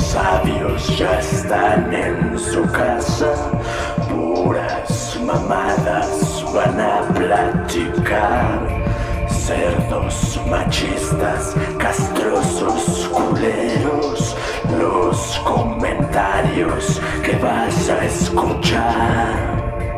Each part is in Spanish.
sabios ya están en su casa, puras mamadas van a platicar. Cerdos machistas, castrosos culeros, los comentarios que vas a escuchar.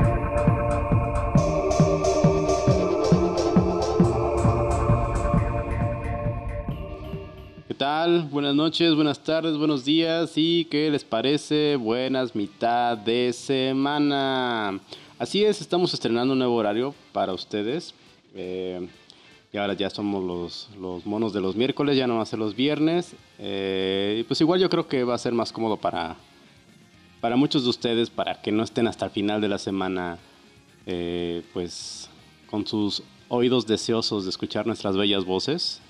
¿Qué tal? Buenas noches, buenas tardes, buenos días y ¿qué les parece? Buenas mitad de semana. Así es, estamos estrenando un nuevo horario para ustedes. Y ahora ya somos los monos de los miércoles, ya no va a ser los viernes. Y pues igual yo creo que va a ser más cómodo para muchos de ustedes, para que no estén hasta el final de la semana, pues con sus oídos deseosos de escuchar nuestras bellas voces,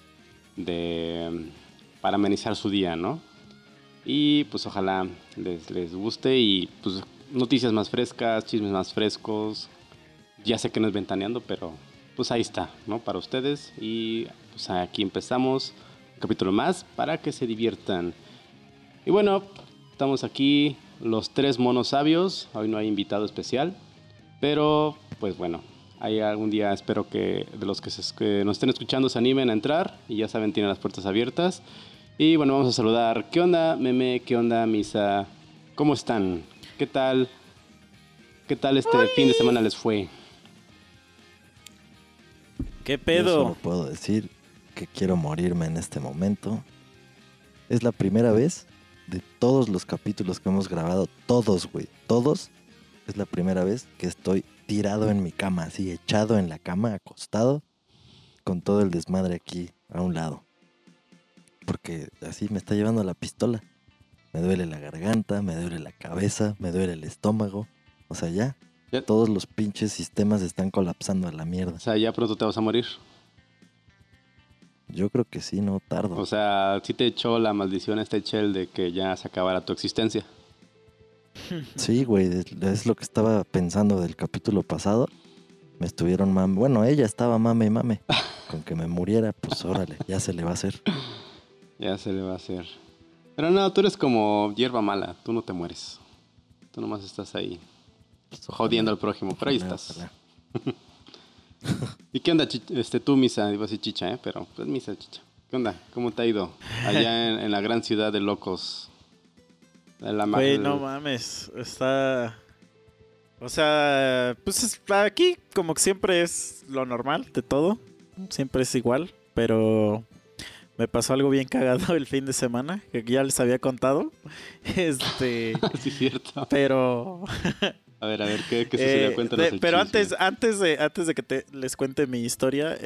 para amenizar su día, ¿no? Y pues ojalá les guste y pues noticias más frescas, chismes más frescos. Ya sé que no es ventaneando, pero pues ahí está, ¿no? Para ustedes. Y pues aquí empezamos un capítulo más para que se diviertan. Y bueno, estamos aquí los tres monos sabios. Hoy no hay invitado especial, pero pues bueno, hay algún día, espero que de los que nos estén escuchando se animen a entrar. Y ya saben, tienen las puertas abiertas. Y bueno, vamos a saludar. ¿Qué onda, Meme? ¿Qué onda, Misa? ¿Cómo están? ¿Qué tal? ¿Qué tal este fin de semana les fue? ¿Qué pedo? Yo solo puedo decir que quiero morirme en este momento. Es la primera vez de todos los capítulos que hemos grabado, todos, güey, todos. Es la primera vez que estoy tirado en mi cama, así echado en la cama, acostado, con todo el desmadre aquí a un lado. Porque así me está llevando la pistola. Me duele la garganta, me duele la cabeza, me duele el estómago. O sea, ya. Todos los pinches sistemas están colapsando a la mierda. O sea, ya pronto te vas a morir. Yo creo que sí, no tardo. O sea, sí te echó la maldición este Chel de que ya se acabara tu existencia. Sí, güey, es lo que estaba pensando del capítulo pasado. Me estuvieron mame. Bueno, ella estaba mame y mame. Con que me muriera, pues órale, ya se le va a hacer. Ya se le va a hacer. Pero no, tú eres como hierba mala. Tú no te mueres. Tú nomás estás ahí jodiendo al prójimo. Pero ahí estás. Ojalá. ¿Y qué onda, tú, Misa? Iba a decir chicha, ¿eh? Pero pues Misa, chicha. ¿Qué onda? ¿Cómo te ha ido? Allá en la gran ciudad de locos. Güey, no mames. Está... O sea, pues aquí como que siempre es lo normal de todo. Siempre es igual. Pero me pasó algo bien cagado el fin de semana, que ya les había contado. Sí, es cierto. Pero... A ver, ¿qué sucedió? Cuéntanos el pero chisme. antes de que les cuente mi historia,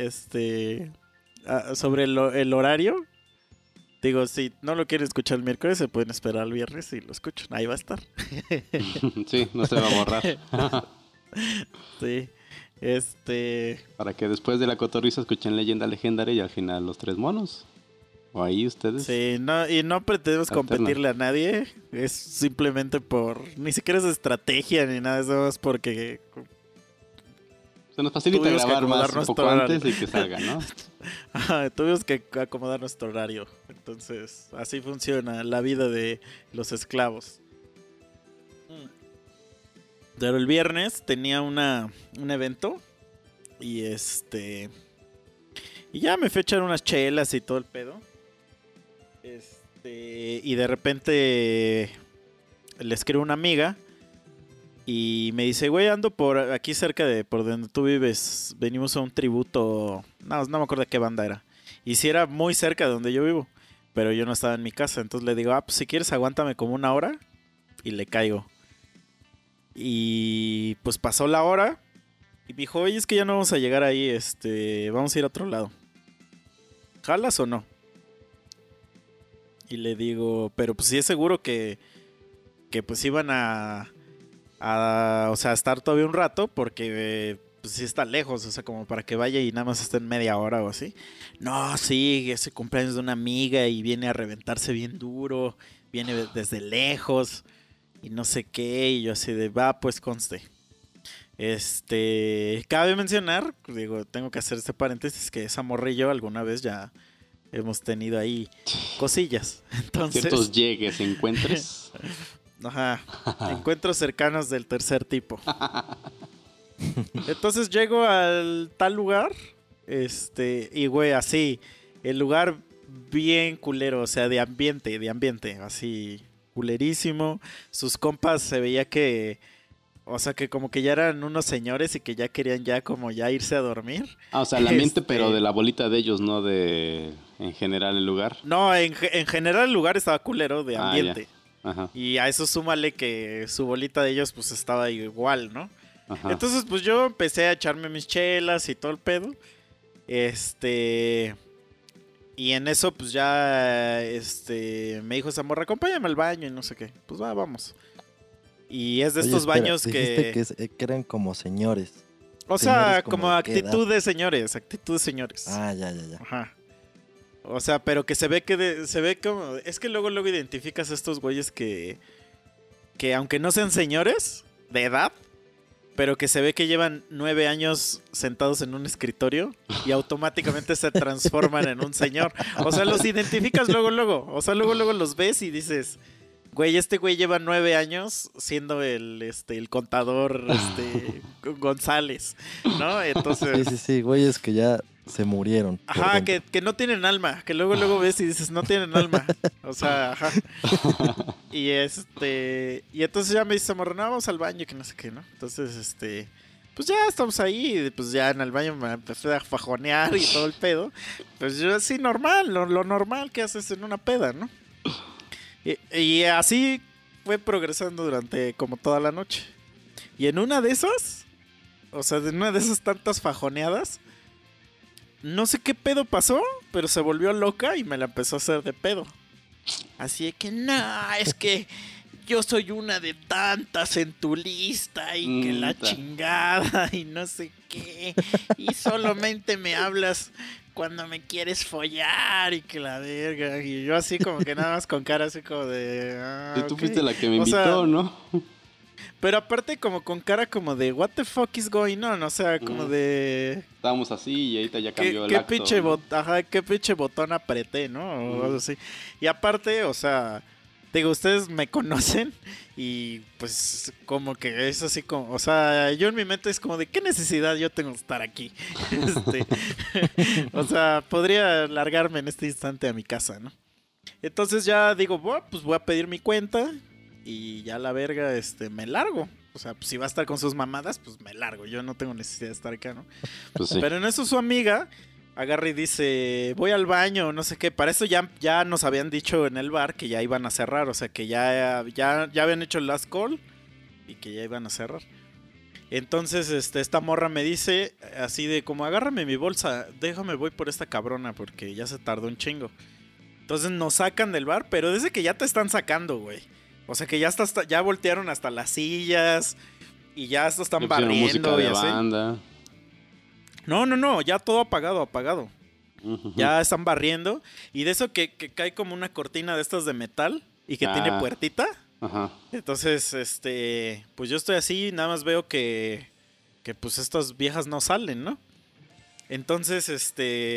sobre el horario, digo, si no lo quieren escuchar el miércoles, se pueden esperar al viernes y lo escuchan. Ahí va a estar. Sí, no se va a borrar. Sí, Para que después de la cotorriza escuchen Leyenda Legendaria y al final los tres monos. O ahí ustedes. Sí, no, y no pretendemos competirle a nadie. Es simplemente ni siquiera es estrategia ni nada de eso, es porque... Se nos facilita grabar más un poco antes y que salga, ¿no? Tuvimos que acomodar nuestro horario. Entonces, así funciona la vida de los esclavos. Pero el viernes tenía un evento. Y y ya me fui a echar unas chelas y todo el pedo. Y de repente le escribo a una amiga y me dice, güey, ando por aquí cerca de por donde tú vives. Venimos a un tributo. No me acuerdo de qué banda era. Y sí era muy cerca de donde yo vivo, pero yo no estaba en mi casa. Entonces le digo, pues si quieres aguántame como una hora. Y le caigo. Y pues pasó la hora. Y me dijo, oye, es que ya no vamos a llegar ahí. Vamos a ir a otro lado. ¿Jalas o no? Y le digo, pero pues sí es seguro que pues iban o sea, a estar todavía un rato, porque pues sí está lejos, o sea, como para que vaya y nada más esté en media hora o así. No, sí, es el cumpleaños de una amiga y viene a reventarse bien duro, viene desde lejos y no sé qué, y yo así de, pues conste. Cabe mencionar, digo, tengo que hacer este paréntesis, que esa morra y yo alguna vez ya hemos tenido ahí cosillas. Entonces, Ciertos llegues, encuentres. ajá, encuentros cercanos del tercer tipo. Entonces llego al tal lugar, y güey, así, el lugar bien culero, o sea, de ambiente, así, culerísimo. Sus compas se veía que, o sea, que como que ya eran unos señores y que ya querían ya como ya irse a dormir. Ah, o sea, el ambiente, pero de la bolita de ellos, no de en general el lugar. No, en general el lugar estaba culero de Ah, ambiente. Ajá, Y a eso súmale que su bolita de ellos pues estaba igual, ¿no? ajá. Entonces pues yo empecé a echarme mis chelas y todo el pedo. Y en eso pues ya me dijo esa morra, acompáñame al baño y no sé qué. Pues vamos. Y es de Oye, estos espera, baños dijiste que... que eran como señores. O sea, señores como como de qué actitud edad. de señores, actitud de señores. Ah, ya. Ajá. O sea, pero que se ve se ve como... Es que luego identificas a estos güeyes que aunque no sean señores de edad, pero que se ve que llevan 9 años sentados en un escritorio y automáticamente se transforman en un señor. O sea, los identificas luego. O sea, luego los ves y dices... Güey, este güey lleva 9 años siendo el contador González, ¿no? Entonces... Sí, güeyes que ya se murieron. por Ajá, dentro. que no tienen alma, que luego ves y dices, no tienen alma. O sea, ajá. Y y entonces ya me dice, morro, no, vamos al baño, que no sé qué, ¿no? Entonces, pues ya estamos ahí, y pues ya en el baño me empecé a fajonear y todo el pedo. Pues yo así normal, lo normal que haces en una peda, ¿no? Y así fue progresando durante como toda la noche. Y en una de esas, o sea, en una de esas tantas fajoneadas, no sé qué pedo pasó, pero se volvió loca y me la empezó a hacer de pedo. Así de que, no, es que yo soy una de tantas en tu lista y que la chingada y no sé qué. Y solamente me hablas cuando me quieres follar y que la verga. Y yo así como que nada más con cara así como de... Tú ok. fuiste la que me O sea, invitó, ¿no? pero aparte como con cara como de what the fuck is going on, o sea, como de... Estábamos así y ahorita ya cambió el ¿Qué acto, pinche ¿no? qué pinche botón apreté, ¿no? O algo así. Y aparte, o sea, digo, ustedes me conocen y pues como que es así como, o sea, yo en mi mente es como de qué necesidad yo tengo de estar aquí. O sea, podría largarme en este instante a mi casa, ¿no? Entonces ya digo, bueno, pues voy a pedir mi cuenta y ya la verga, me largo. O sea, pues si va a estar con sus mamadas, pues me largo. Yo no tengo necesidad de estar acá, ¿no? Pues sí. Pero en eso su amiga agarra y dice, voy al baño, no sé qué. Para eso ya nos habían dicho en el bar que ya iban a cerrar. O sea, que ya habían hecho el last call y que ya iban a cerrar. Entonces, esta morra me dice así de como, agárrame mi bolsa, déjame voy por esta cabrona porque ya se tardó un chingo. Entonces nos sacan del bar, pero desde que ya te están sacando, güey. O sea, que ya voltearon hasta las sillas y ya hasta están Le pusieron música barriendo y de así. banda. No, ya todo apagado. Ujú. Ya están barriendo. Y de eso que cae como una cortina de estas de metal y que tiene puertita. Ajá. Entonces, pues yo estoy así, nada más veo que pues estas viejas no salen, ¿no? Entonces,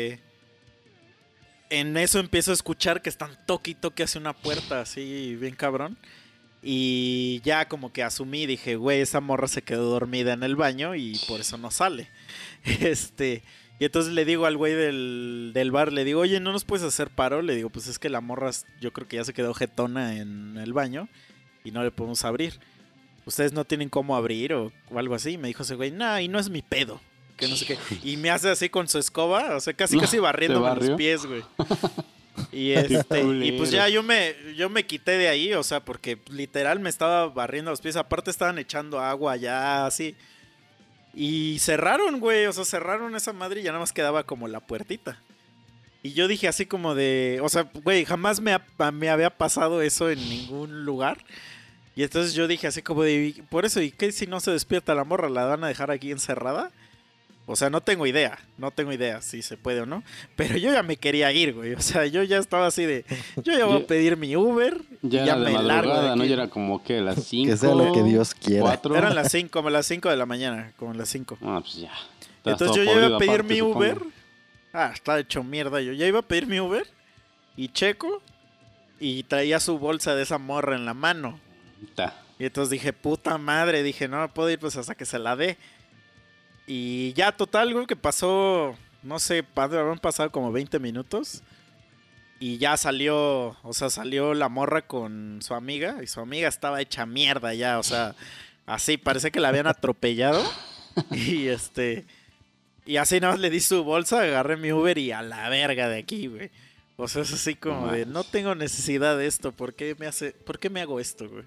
en eso empiezo a escuchar que están toque y toque hacia una puerta así bien cabrón. Y ya como que asumí, dije, güey, esa morra se quedó dormida en el baño y por eso no sale. Y entonces le digo al güey del bar, le digo, oye, ¿no nos puedes hacer paro? Le digo, pues es que la morra yo creo que ya se quedó jetona en el baño y no le podemos abrir. ¿Ustedes no tienen cómo abrir o algo así? Y me dijo ese güey, no, y no es mi pedo. Que no sé qué. Y me hace así con su escoba, o sea, casi barriéndome los pies, güey. Y y pues ya yo me quité de ahí, o sea, porque literal me estaba barriendo los pies. Aparte estaban echando agua ya, así. Y cerraron, güey, o sea, cerraron esa madre y ya nada más quedaba como la puertita. Y yo dije así como de, o sea, güey, jamás me había pasado eso en ningún lugar. Y entonces yo dije así como de, por eso, ¿y qué si no se despierta la morra? ¿La van a dejar aquí encerrada? O sea, no tengo idea si se puede o no. Pero yo ya me quería ir, güey. O sea, yo ya estaba así de, yo ya voy a pedir mi Uber Ya y ya era de me largo de madrugada, aquí. ¿no? Ya era como que las 5. Que sea lo que Dios quiera. 4. Eran las 5, como las 5 de la mañana, como las 5. Ah, pues ya. Entonces yo llegué a pedir mi Uber Estaba hecho mierda. Yo ya iba a pedir mi Uber y checo y traía su bolsa de esa morra en la mano. Y entonces dije, puta madre, dije, no puedo ir pues hasta que se la dé. Y ya total, güey, que pasó, no sé, habrán pasado como 20 minutos. Y ya salió, o sea, salió la morra con su amiga. Y su amiga estaba hecha mierda ya, o sea, así, parece que la habían atropellado. Y y así nada más le di su bolsa, agarré mi Uber y a la verga de aquí, güey. O sea, es así como de, no tengo necesidad de esto, ¿por qué me hago esto, güey?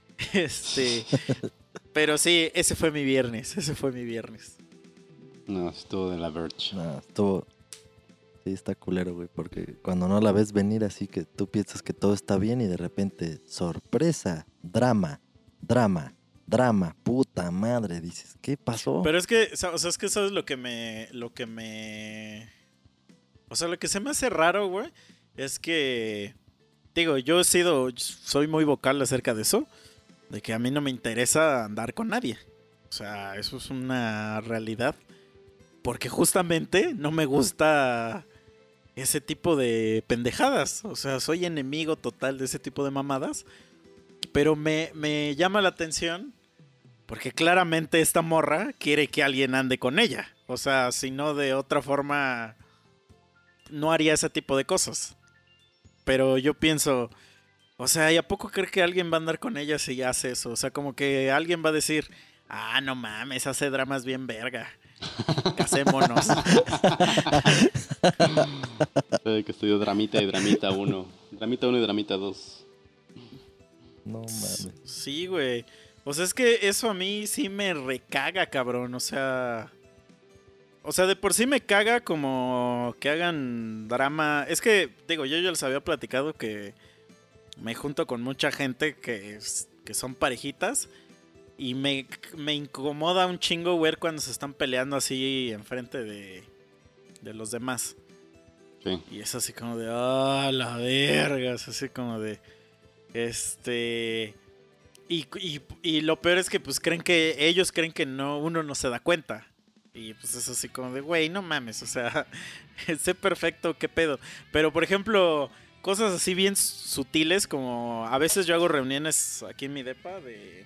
Pero sí, ese fue mi viernes. No, estuvo de la Verge. No, estuvo... Sí, está culero, güey, porque cuando no la ves venir así que tú piensas que todo está bien y de repente, sorpresa, drama, puta madre, dices, ¿qué pasó? Pero es que, o sea, es que sabes lo que o sea, lo que se me hace raro, güey, es que, digo, soy muy vocal acerca de eso, de que a mí no me interesa andar con nadie. O sea, eso es una realidad. Porque justamente no me gusta ese tipo de pendejadas. O sea, soy enemigo total de ese tipo de mamadas. Pero me llama la atención porque claramente esta morra quiere que alguien ande con ella. O sea, si no de otra forma no haría ese tipo de cosas. Pero yo pienso, o sea, ¿y a poco cree que alguien va a andar con ella si hace eso? O sea, como que alguien va a decir, no mames, hace dramas bien verga. Casémonos. Que estudió Dramita y Dramita 1. Dramita 1 y Dramita 2. No mames. Sí, güey. O sea, es que eso a mí sí me recaga, cabrón. O sea, de por sí me caga como que hagan drama. Es que, digo, yo ya les había platicado que me junto con mucha gente que son parejitas. Y me incomoda un chingo ver cuando se están peleando así enfrente de los demás. Sí. Y es así como de, la verga. Es así como de, Y lo peor es que pues ellos creen que uno no se da cuenta. Y pues es así como de, güey, no mames, o sea, sé perfecto, qué pedo. Pero por ejemplo, cosas así bien sutiles como a veces yo hago reuniones aquí en mi depa de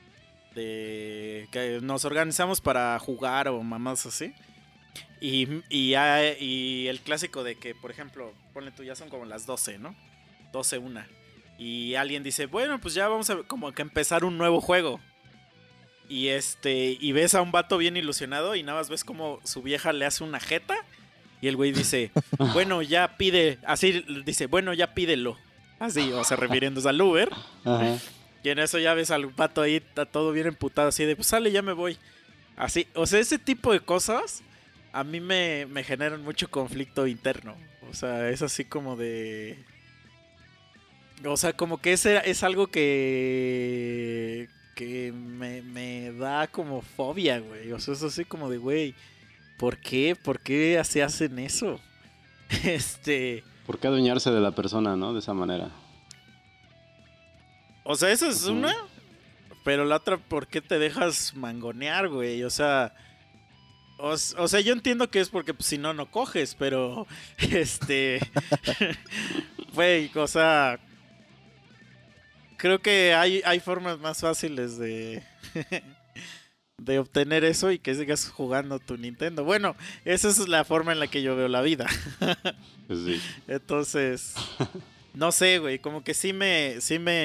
que nos organizamos para jugar o mamás así. Y el clásico de que, por ejemplo, ponle tú, ya son como las 12, ¿no? 12, 1. Y alguien dice, bueno, pues ya vamos a como que empezar un nuevo juego. Y y ves a un vato bien ilusionado y nada más ves como su vieja le hace una jeta. Y el güey dice, bueno, ya pide, así dice, bueno, ya pídelo. Así, o sea, refiriéndose al Uber. Ajá. Y en eso ya ves al pato ahí, está todo bien emputado, así de, pues sale, ya me voy. Así, o sea, ese tipo de cosas a mí me generan mucho conflicto interno. O sea, es así como de... O sea, como que ese es algo que me da como fobia, güey. O sea, es así como de, güey, ¿por qué? ¿Por qué se hacen eso? ¿Por qué adueñarse de la persona, no? De esa manera. O sea, eso es una, pero la otra, ¿por qué te dejas mangonear, güey? O sea, yo entiendo que es porque pues, si no, no coges, pero, güey, o sea, creo que hay formas más fáciles de obtener eso y que sigas jugando tu Nintendo. Bueno, esa es la forma en la que yo veo la vida. Pues sí. Entonces... No sé, güey, como que sí me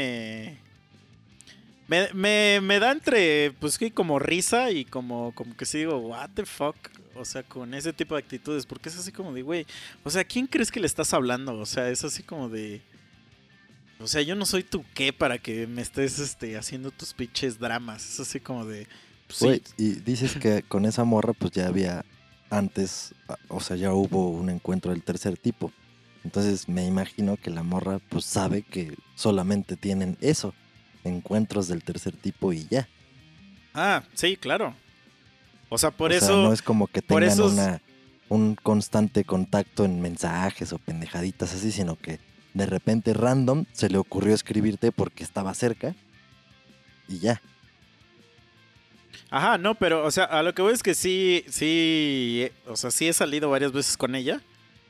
da entre, pues que como risa y como que sí digo, what the fuck, o sea, con ese tipo de actitudes, porque es así como de, güey, o sea, ¿quién crees que le estás hablando? O sea, es así como de, o sea, yo no soy tu qué para que me estés, haciendo tus pinches dramas, es así como de, pues, güey, sí. y dices que con esa morra pues ya había antes, o sea, ya hubo un encuentro del tercer tipo. Entonces me imagino que la morra pues sabe que solamente tienen eso, encuentros del tercer tipo y ya. Ah, sí, claro. O sea, O sea, no es como que por tengan eso un constante contacto en mensajes o pendejaditas así, sino que de repente random se le ocurrió escribirte porque estaba cerca y ya. Ajá, no, pero, o sea, a lo que voy es que sí, o sea, sí he salido varias veces con ella,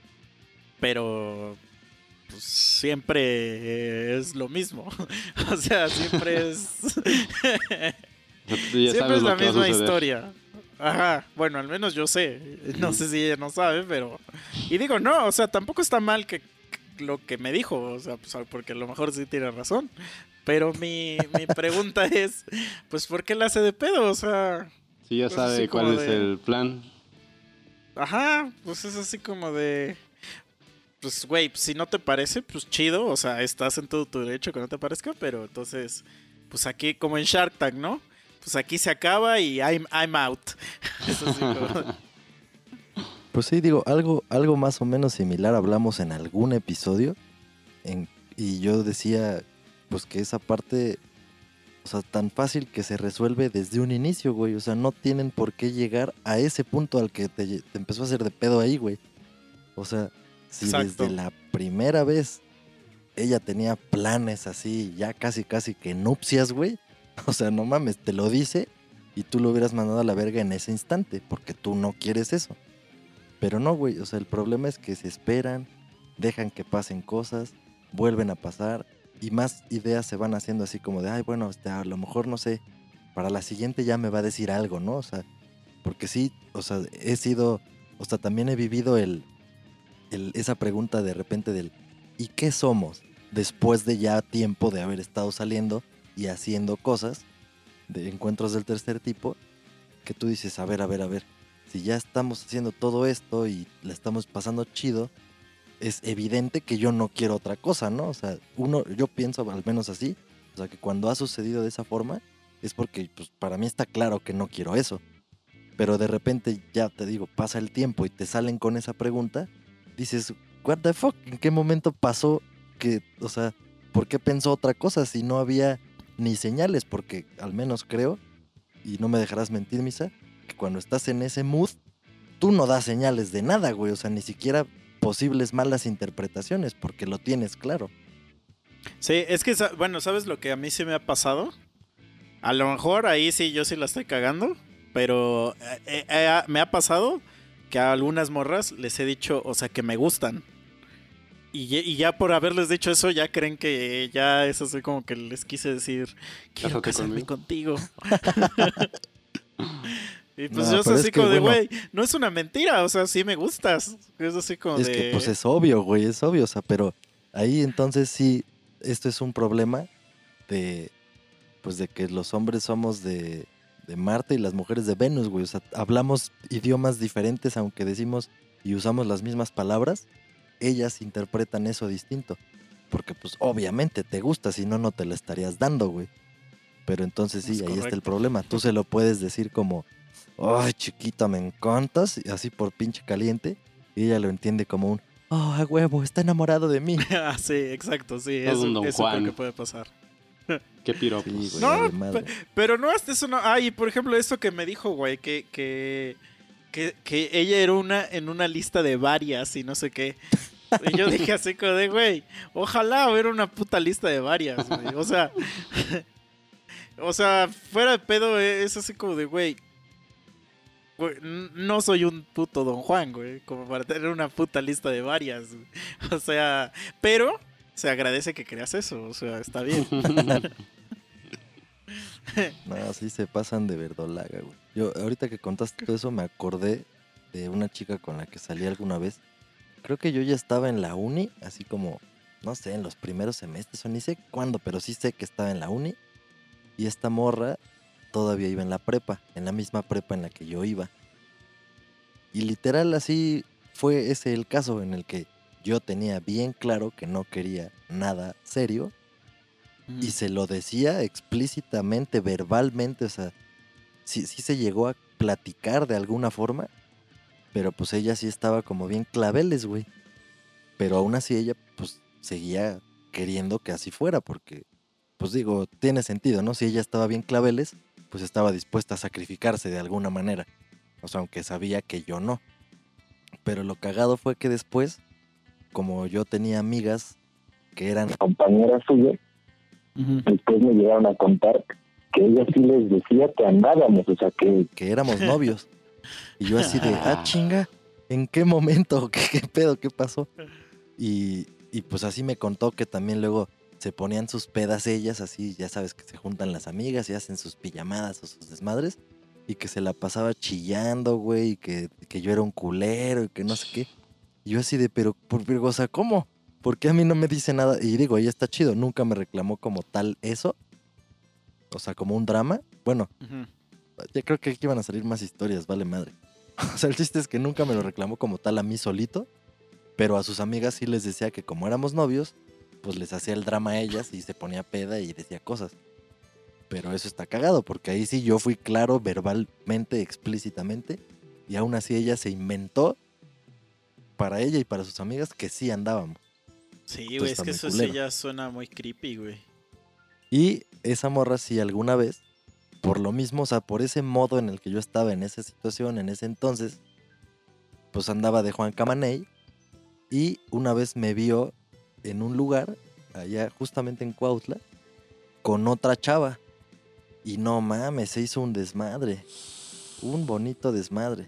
pero pues siempre es lo mismo. O sea, siempre es Tú ya siempre sabes es lo la que va a misma suceder. historia. Ajá, bueno, al menos yo sé. No sé si ella no sabe, pero y digo, no, o sea, tampoco está mal que lo que me dijo, o sea, pues, porque a lo mejor sí tiene razón. Pero mi pregunta es, pues, ¿por qué la hace de pedo? O sea, Sí, ya pues así sabe como cuál es de... el plan. Ajá, pues es así como de... Pues, güey, si no te parece, pues chido, o sea, estás en todo tu derecho que no te parezca, pero entonces, pues aquí, como en Shark Tank, ¿no? Pues aquí se acaba y I'm out. Es así como... Pues sí, digo, algo más o menos similar hablamos en algún episodio. Y yo decía, pues que esa parte, o sea, tan fácil que se resuelve desde un inicio, güey. O sea, no tienen por qué llegar a ese punto al que te empezó a hacer de pedo ahí, güey. O sea, si desde Exacto. la primera vez ella tenía planes así, ya casi que nupcias, güey. O sea, no mames, te lo dice y tú lo hubieras mandado a la verga en ese instante, porque tú no quieres eso. Pero no, güey, o sea, el problema es que se esperan, dejan que pasen cosas, vuelven a pasar y más ideas se van haciendo así como de, ay, bueno, a lo mejor no sé, para la siguiente ya me va a decir algo, ¿no? O sea, porque sí, o sea, también he vivido esa pregunta de repente del, ¿y qué somos? Después de ya tiempo de haber estado saliendo y haciendo cosas, de encuentros del tercer tipo, que tú dices, a ver, si ya estamos haciendo todo esto y la estamos pasando chido, es evidente que yo no quiero otra cosa, ¿no? O sea, yo pienso al menos así, o sea, que cuando ha sucedido de esa forma, es porque pues, para mí está claro que no quiero eso. Pero de repente, ya te digo, pasa el tiempo y te salen con esa pregunta, dices, what the fuck, ¿en qué momento pasó que, o sea, por qué pensó otra cosa si no había ni señales? Porque al menos creo, y no me dejarás mentir, Misa, que cuando estás en ese mood, tú no das señales de nada, güey. O sea, ni siquiera posibles malas interpretaciones, porque lo tienes claro. Sí, es que, bueno, ¿sabes lo que a mí sí me ha pasado? A lo mejor ahí sí yo sí la estoy cagando, pero me ha pasado que a algunas morras les he dicho, o sea, que me gustan. Y ya por haberles dicho eso, ya creen que ya es así como que les quise decir, quiero Cásate casarme contigo. Y pues No, yo soy pero es así que, como de, bueno, güey, no es una mentira, o sea, sí me gustas. Es así como es que pues de... es obvio, güey, es obvio. O sea, pero ahí entonces sí, esto es un problema de, pues de que los hombres somos de Marte y las mujeres de Venus, güey. O sea, hablamos idiomas diferentes, aunque decimos y usamos las mismas palabras, ellas interpretan eso distinto. Porque pues obviamente te gusta, si no, no te la estarías dando, güey. Pero entonces sí, Es ahí está el correcto. problema. Tú se lo puedes decir como, ay, chiquita, me encantas, y así por pinche caliente, y ella lo entiende como un, oh, a huevo, está enamorado de mí. Ah, sí, exacto, sí, Todo un Don eso creo que Juan. puede pasar. Qué Sí, piropos. güey, No, vale madre. pero no, hasta eso no. Ay, por ejemplo, eso que me dijo, güey, que ella era en una lista de varias y no sé qué. Y yo dije así como de, güey, ojalá hubiera una puta lista de varias, güey. O sea, fuera de pedo es así como de, güey, no soy un puto Don Juan, güey, como para tener una puta lista de varias. Güey. O sea, pero se agradece que creas eso, o sea, está bien. No, sí se pasan de verdolaga, güey. Yo, ahorita que contaste todo eso, me acordé de una chica con la que salí alguna vez. Creo que yo ya estaba en la uni, así como, no sé, en los primeros semestres, o ni sé cuándo, pero sí sé que estaba en la uni. Y esta morra todavía iba en la prepa, en la misma prepa en la que yo iba. Y literal así fue ese el caso en el que yo tenía bien claro que no quería nada serio. Y se lo decía explícitamente, verbalmente, o sea, sí se llegó a platicar de alguna forma, pero pues ella sí estaba como bien claveles, güey. Pero aún así ella pues seguía queriendo que así fuera, porque pues digo, tiene sentido, ¿no? Si ella estaba bien claveles, pues estaba dispuesta a sacrificarse de alguna manera. O sea, aunque sabía que yo no. Pero lo cagado fue que después, como yo tenía amigas que eran compañeras suyas, después me llegaron a contar que ella sí les decía que andábamos, o sea, que Que éramos novios. Y yo así de, chinga, ¿en qué momento? ¿Qué pedo? ¿Qué pasó? Y pues así me contó que también luego se ponían sus pedas ellas, así, ya sabes que se juntan las amigas y hacen sus pijamadas o sus desmadres, y que se la pasaba chillando, güey, y que yo era un culero y que no sé qué. Y yo así de, pero, o sea, ¿cómo? ¿Por qué a mí no me dice nada? Y digo, ella está chido, nunca me reclamó como tal eso, o sea, como un drama. Bueno, Ujú. ya creo que aquí van a salir más historias, vale madre. O sea, el chiste es que nunca me lo reclamó como tal a mí solito, pero a sus amigas sí les decía que como éramos novios, pues les hacía el drama a ellas y se ponía peda y decía cosas. Pero eso está cagado, porque ahí sí yo fui claro verbalmente, explícitamente, y aún así ella se inventó para ella y para sus amigas que sí andábamos. Sí, Entonces güey, es está que muy eso sí culero. ya suena muy creepy, güey. Y esa morra sí alguna vez, por lo mismo, o sea, por ese modo en el que yo estaba en esa situación, en ese entonces, pues andaba de Juan Camaney, y una vez me vio en un lugar, allá justamente en Cuautla, con otra chava. Y no mames, se hizo un desmadre. Un bonito desmadre.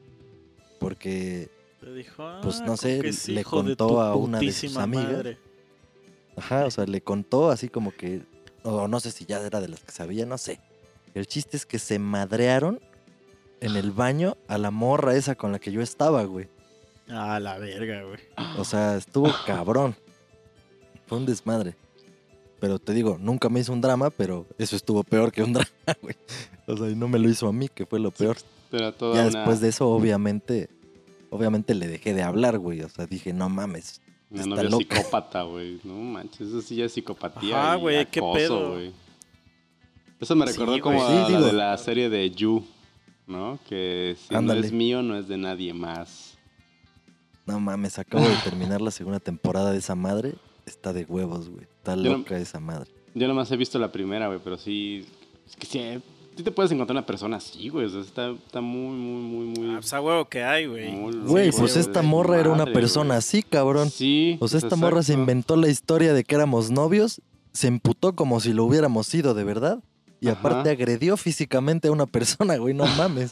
Porque, Te dijo, pues no con sé, que sí, le hijo de contó tu a una de sus putísima amigas. madre. Ajá, o sea, le contó así como que, o no sé si ya era de las que sabía, no sé. El chiste es que se madrearon en el baño a la morra esa con la que yo estaba, güey. Ah, la verga, güey. O sea, estuvo cabrón. Fue un desmadre. Pero te digo, nunca me hizo un drama, pero eso estuvo peor que un drama, güey. O sea, y no me lo hizo a mí, que fue lo peor. Era toda Ya una, después de eso, obviamente le dejé de hablar, güey. O sea, dije, no mames, una está novia loca. psicópata, güey. No manches, eso sí ya es psicopatía Ajá, y güey, qué acoso, pedo. güey. Eso me Sí, recordó güey. como Sí, a la digo. de la serie de You, ¿no? Que si no Ándale. es mío, no es de nadie más. No mames, acabo de terminar la segunda temporada de esa madre. Está de huevos, güey. Está Yo no- loca esa madre. Yo nomás he visto la primera, güey, pero sí... Es que sí te puedes encontrar una persona así, güey. O sea, está muy, muy, muy, muy... Ah, pues a huevo que hay, güey. Muy Güey, loco, pues Sí, esta güey. morra era una Madre, persona güey. así, cabrón. Sí. O sea, esta morra se exacto. inventó la historia de que éramos novios, se emputó como si lo hubiéramos sido de verdad, y Ajá. aparte agredió físicamente a una persona, güey, no mames.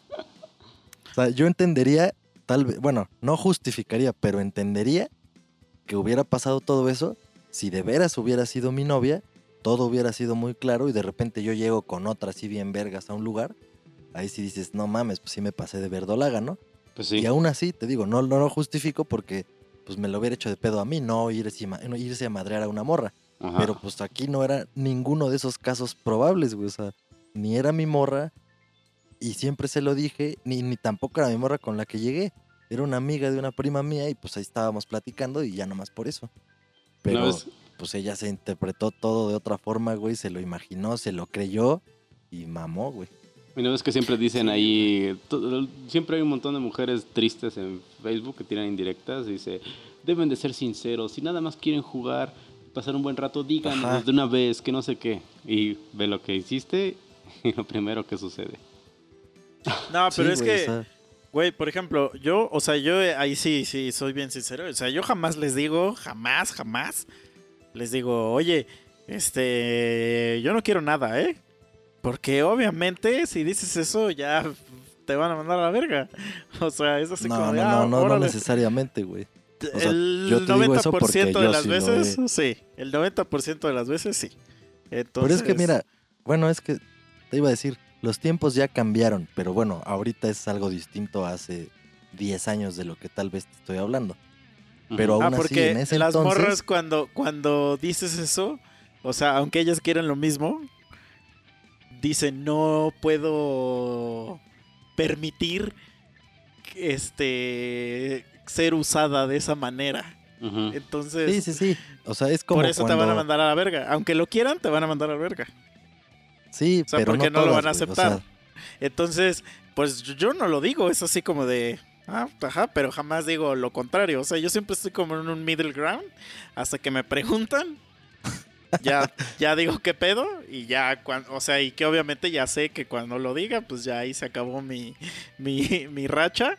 O sea, yo entendería, tal vez, bueno, no justificaría, pero entendería que hubiera pasado todo eso si de veras hubiera sido mi novia, todo hubiera sido muy claro y de repente yo llego con otra así bien vergas a un lugar, ahí sí dices, no mames, pues sí me pasé de verdolaga, ¿no? Pues sí. Y aún así, te digo, no lo justifico porque pues me lo hubiera hecho de pedo a mí, no irse a madrear a una morra. Ajá. Pero pues aquí no era ninguno de esos casos probables, güey. O sea, ni era mi morra y siempre se lo dije, ni tampoco era mi morra con la que llegué. Era una amiga de una prima mía y pues ahí estábamos platicando y ya nomás por eso. Pero ¿No ves? pues ella se interpretó todo de otra forma, güey, se lo imaginó, se lo creyó y mamó, güey. ¿Y no ves que siempre dicen ahí... Siempre hay un montón de mujeres tristes en Facebook que tiran indirectas y dice... Deben de ser sinceros. Si nada más quieren jugar, pasar un buen rato, díganos Ajá. de una vez, que no sé qué. Y ve lo que hiciste y lo primero que sucede. No, pero Sí, es güey, que, o sea, güey, por ejemplo, yo ahí sí, soy bien sincero. O sea, yo jamás les digo, jamás les digo, oye, yo no quiero nada, ¿eh? Porque obviamente si dices eso ya te van a mandar a la verga. O sea, es así como de, no órale. necesariamente, güey. O sea, El yo te digo eso 90% porque de yo las sí lo veces, he- sí. El 90% de las veces, sí. Pero Entonces, es que mira, bueno, es que te iba a decir, los tiempos ya cambiaron, pero bueno, ahorita es algo distinto a hace 10 años de lo que tal vez te estoy hablando. Pero Ujú. aún así, porque en ese las entonces, morras cuando dices eso, o sea, aunque ellas quieran lo mismo, dicen, no puedo permitir ser usada de esa manera. Ujú. Entonces, sí. O sea, es como por eso te van a cuando- mandar a la verga. Aunque lo quieran, te van a mandar a la verga. Sí, O sea, pero porque no lo todas, van a güey, o aceptar. sea, Entonces, pues yo no lo digo, es así como de, ajá, pero jamás digo lo contrario. O sea, yo siempre estoy como en un middle ground hasta que me preguntan. Ya digo qué pedo y ya, o sea, y que obviamente ya sé que cuando lo diga, pues ya ahí se acabó mi racha.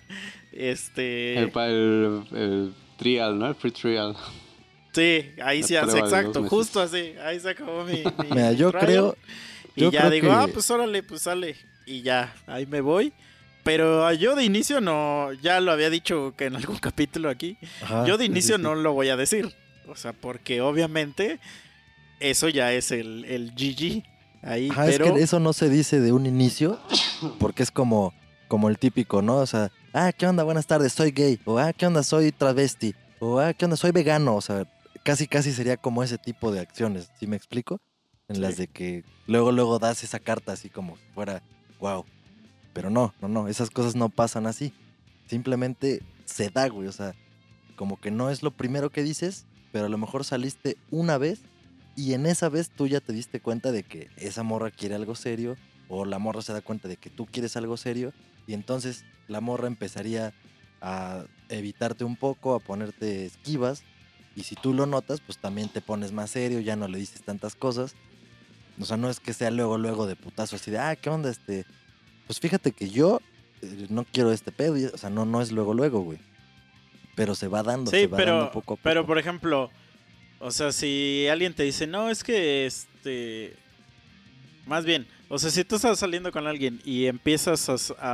El trial, ¿no? El free trial. Sí, ahí La sí hace prueba de 2 exacto, meses. justo así, ahí se acabó mi mira, yo trial. creo Y Yo ya creo digo, que- pues órale, pues sale. Y ya, ahí me voy. Pero yo de inicio no, ya lo había dicho que en algún capítulo aquí, Ajá, yo de sí, sí, inicio sí. no lo voy a decir. O sea, porque obviamente eso ya es el GG ahí, Ajá, pero... es que eso no se dice de un inicio, porque es como el típico, ¿no? O sea, ¿qué onda? Buenas tardes, soy gay. O, ¿qué onda? Soy travesti. O, ¿qué onda? Soy vegano. O sea, casi sería como ese tipo de acciones, ¿sí me explico? En las Sí. de que luego das esa carta así como si fuera, wow. Pero no, esas cosas no pasan así. Simplemente se da, güey. O sea, como que no es lo primero que dices, pero a lo mejor saliste una vez y en esa vez tú ya te diste cuenta de que esa morra quiere algo serio o la morra se da cuenta de que tú quieres algo serio y entonces la morra empezaría a evitarte un poco, a ponerte esquivas y si tú lo notas, pues también te pones más serio, ya no le dices tantas cosas. O sea, no es que sea luego de putazo así de, ¿qué onda Pues fíjate que yo no quiero este pedo, o sea, no es luego, güey. Pero se Sí, va dando poco a pero poco. por ejemplo, o sea, si alguien te dice, no, es que más bien, o sea, si tú estás saliendo con alguien y empiezas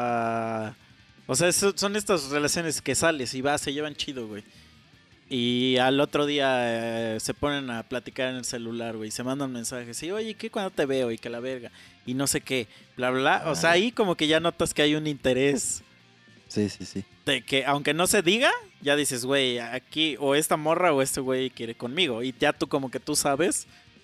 o sea, son estas relaciones que sales y vas, se llevan chido, güey. Y al otro día se ponen a platicar en el celular, güey. Se mandan mensajes. Y oye, ¿qué cuando te veo? Y que la verga. Y no sé qué. Bla, bla. O sea, Ya. ahí como que ya notas que hay un interés Sí. de que, aunque no se diga, ya dices, güey, aquí o esta morra o este güey quiere conmigo. Y ya tú como que tú sabes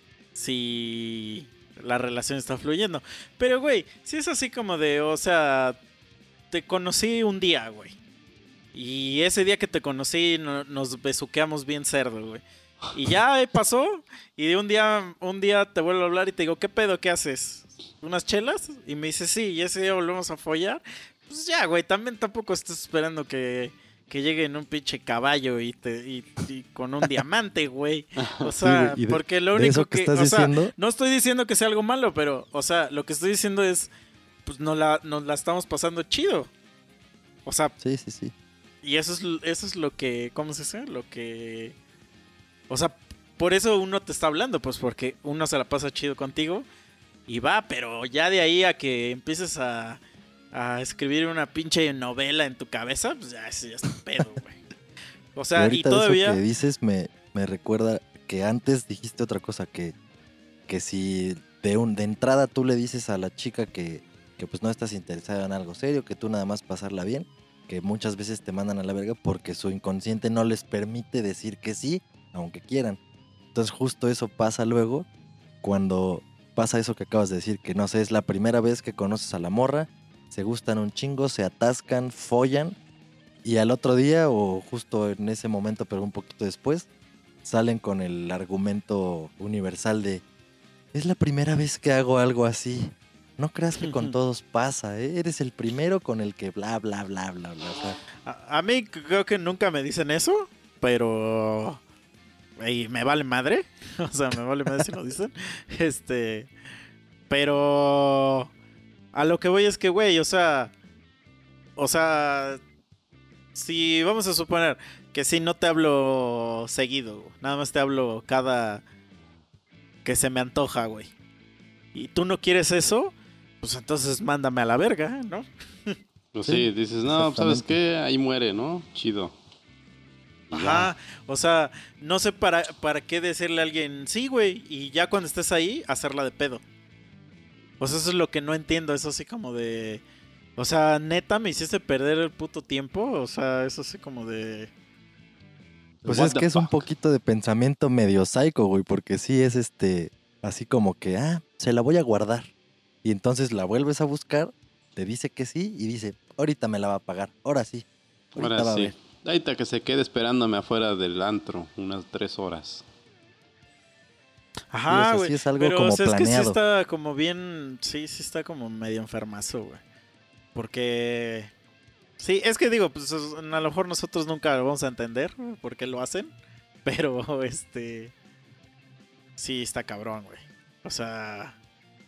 si la relación está fluyendo. Pero, güey, si es así como de, o sea, te conocí un día, güey. Y ese día que te conocí nos besuqueamos bien cerdo, güey. Y ya pasó. Y de un día te vuelvo a hablar y te digo, ¿qué pedo? ¿Qué haces? ¿Unas chelas? Y me dice, sí, y ese día volvemos a follar. Pues ya, güey, también tampoco estás esperando que llegue en un pinche caballo y con un diamante, güey. O Sí, güey, sea, y porque lo de único eso que estás o sea, diciendo, no estoy diciendo que sea algo malo, pero, o sea, lo que estoy diciendo es, pues nos la estamos pasando chido. O sea, sí. y eso es lo que, ¿cómo se dice? Lo que, o sea, por eso uno te está hablando, pues porque uno se la pasa chido contigo y va, pero ya de ahí a que empieces a escribir una pinche novela en tu cabeza, pues ya, ya es un pedo, güey. O y sea, y ahorita de eso todavía, que dices me recuerda que antes dijiste otra cosa, que si de entrada tú le dices a la chica que pues no estás interesada en algo serio, que tú nada más pasarla bien, que muchas veces te mandan a la verga porque su inconsciente no les permite decir que sí, aunque quieran. Entonces justo eso pasa luego cuando pasa eso que acabas de decir, que no sé, es la primera vez que conoces a la morra, se gustan un chingo, se atascan, follan y al otro día o justo en ese momento pero un poquito después salen con el argumento universal de es la primera vez que hago algo así. No creas que con todos pasa, ¿eh? Eres el primero con el que bla, bla, bla, bla, bla. O sea, a mí creo que nunca me dicen eso, pero y me vale madre, o sea, me vale madre si lo dicen, pero a lo que voy es que, güey, o sea, si vamos a suponer que si no te hablo seguido, nada más te hablo cada que se me antoja, güey. Y tú no quieres eso, pues entonces mándame a la verga, ¿no? Pues Sí, sí, dices, no, pues, ¿sabes exactamente. qué? Ahí muere, ¿no? Chido. Y ya. Ajá, o sea, no sé para qué decirle a alguien, sí, güey, y ya cuando estés ahí, hacerla de pedo. O sea, eso es lo que no entiendo, eso así como de... O sea, neta, me hiciste perder el puto tiempo, o sea, eso así como de... pues What es the que es un fuck? poquito de pensamiento medio psycho, güey, porque sí es así como que, se la voy a guardar. Y entonces la vuelves a buscar, te dice que sí y dice, ahorita me la va a pagar, ahora sí, ahorita Ahora va a sí. ver. Ahí está que se quede esperándome afuera del antro unas 3 horas. Sí, o Ajá, sea, güey, sí es algo pero o como sea, es que sí planeado. está como bien, sí está como medio enfermazo, güey. Porque... Sí, es que digo, pues a lo mejor nosotros nunca lo vamos a entender por qué lo hacen, pero sí está cabrón, güey. O sea,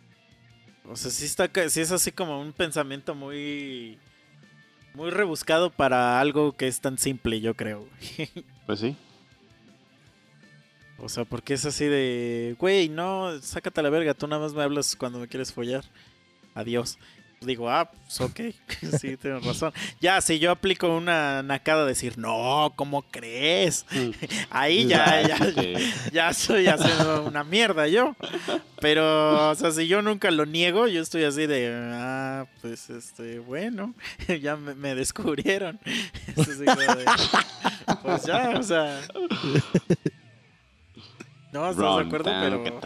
sí es así como un pensamiento muy muy rebuscado para algo que es tan simple, yo creo, güey. Pues sí. O sea, porque es así de, güey, no, sácate a la verga, tú nada más me hablas cuando me quieres follar. Adiós. Digo, pues ok, sí, tienes razón. Ya, si yo aplico una nacada de decir, no, ¿cómo crees? Ahí ya estoy haciendo una mierda yo. Pero, o sea, si yo nunca lo niego, yo estoy así de, pues, bueno, ya me descubrieron. Es así como de, pues ya, o sea... No, ¿estás de acuerdo? Pero...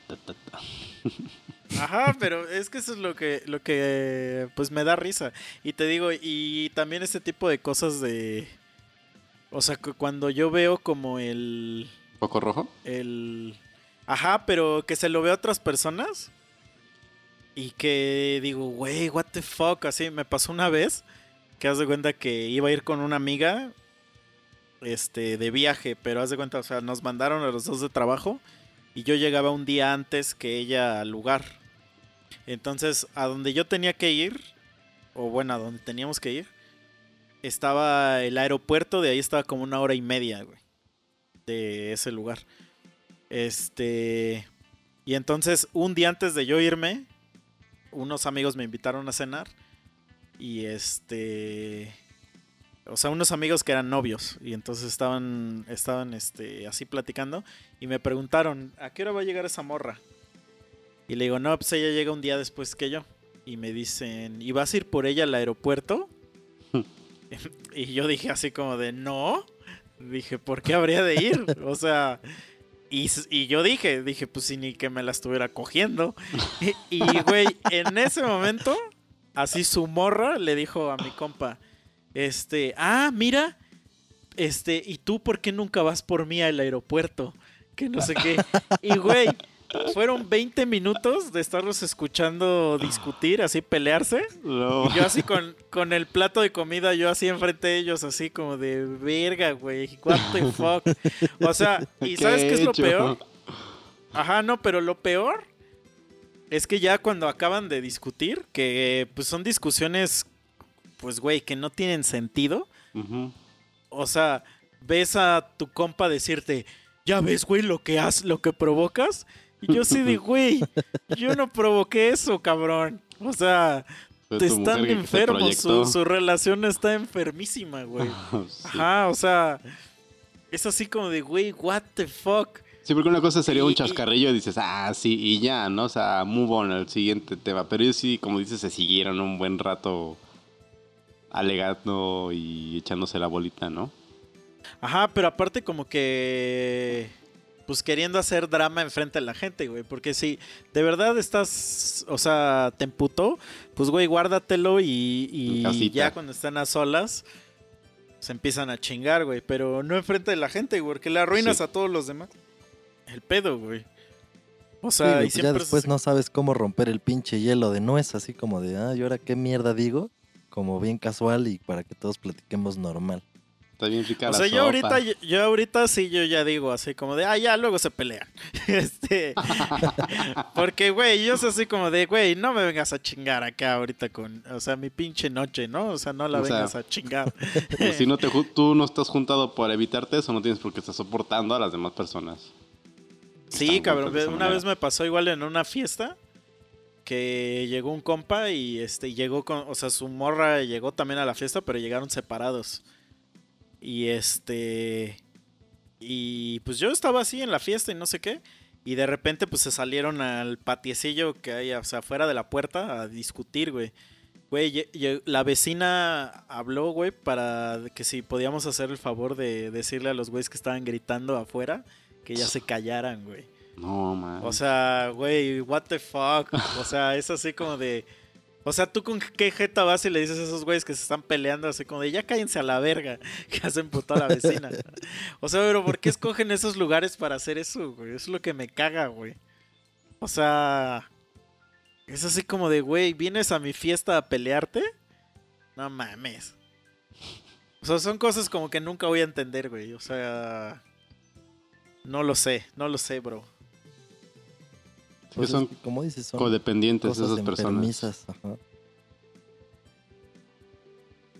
Ajá, pero es que eso es lo que pues me da risa. Y te digo, y también este tipo de cosas de... O sea, cuando yo veo como el... ¿Foco rojo? Ajá, pero que se lo veo a otras personas. Y que digo, güey, what the fuck. Así me pasó una vez que haz de cuenta que iba a ir con una amiga de viaje, pero haz de cuenta, o sea, nos mandaron a los dos de trabajo y yo llegaba un día antes que ella al lugar. Entonces, a donde yo tenía que ir, o bueno, a donde teníamos que ir, estaba el aeropuerto, de ahí estaba como 1 hora y media, güey, de ese lugar. Y entonces, un día antes de yo irme, unos amigos me invitaron a cenar y o sea, unos amigos que eran novios y entonces estaban así platicando y me preguntaron, ¿a qué hora va a llegar esa morra? Y le digo, no, pues ella llega un día después que yo. Y me dicen, ¿y vas a ir por ella al aeropuerto? Y yo dije así como de, no. Dije, ¿por qué habría de ir? O sea, y yo dije, pues si ni que me la estuviera cogiendo. Y güey, en ese momento, así su morra le dijo a mi compa, mira, ¿y tú por qué nunca vas por mí al aeropuerto? Que no sé qué. Y güey, fueron 20 minutos de estarlos escuchando discutir, así pelearse. No. Y yo así con el plato de comida, yo así enfrente de ellos, así como de verga, güey. What the fuck. O sea, ¿y sabes qué es lo peor? Ajá, no, pero lo peor es que ya cuando acaban de discutir, que pues son discusiones, pues güey, que no tienen sentido. Uh-huh. O sea, ves a tu compa decirte, ya ves, güey, lo que provocas. Y yo sí de, güey, yo no provoqué eso, cabrón. O sea, te están enfermos, su relación está enfermísima, güey. Sí. Ajá, o sea, es así como de, güey, what the fuck. Sí, porque una cosa sería un chascarrillo y dices, sí, y ya, ¿no? O sea, move on al siguiente tema. Pero ellos sí, como dices, se siguieron un buen rato alegando y echándose la bolita, ¿no? Ajá, pero aparte como que... pues queriendo hacer drama enfrente de la gente, güey. Porque si de verdad estás, o sea, te emputó, pues, güey, guárdatelo y ya cuando están a solas, se empiezan a chingar, güey. Pero no enfrente de la gente, güey, porque le arruinas a todos los demás. El pedo, güey. O sea, sí, y siempre ya después no sabes cómo romper el pinche hielo de nuez, así como de, ¿y ahora qué mierda digo? Como bien casual y para que todos platiquemos normal. Está bien rica o la sea, sopa. yo ahorita sí, yo ya digo así como de, ya, luego se pelean. Porque, güey, yo soy así como de, güey, no me vengas a chingar acá ahorita o sea, mi pinche noche, ¿no? O sea, no la vengas a chingar. Pues si tú no estás juntado por evitarte eso, no tienes por qué estar soportando a las demás personas. Sí, cabrón, una vez me pasó igual en una fiesta que llegó un compa y llegó o sea, su morra llegó también a la fiesta, pero llegaron separados. Y pues yo estaba así en la fiesta y no sé qué. Y de repente pues se salieron al patiecillo que hay, o sea, afuera de la puerta a discutir, güey. Güey, la vecina habló, güey, para que si podíamos hacer el favor de decirle a los güeyes que estaban gritando afuera que ya se callaran, güey. No, man. O sea, güey, what the fuck. O sea, es así como de... O sea, ¿tú con qué jeta vas y le dices a esos güeyes que se están peleando así como de ya cállense a la verga, que hacen puto a la vecina? O sea, pero ¿por qué escogen esos lugares para hacer eso, güey? Eso es lo que me caga, güey. O sea, es así como de, güey, ¿vienes a mi fiesta a pelearte? No mames. O sea, son cosas como que nunca voy a entender, güey. O sea, no lo sé, bro. Que son, como dices, son codependientes esas personas. Ajá.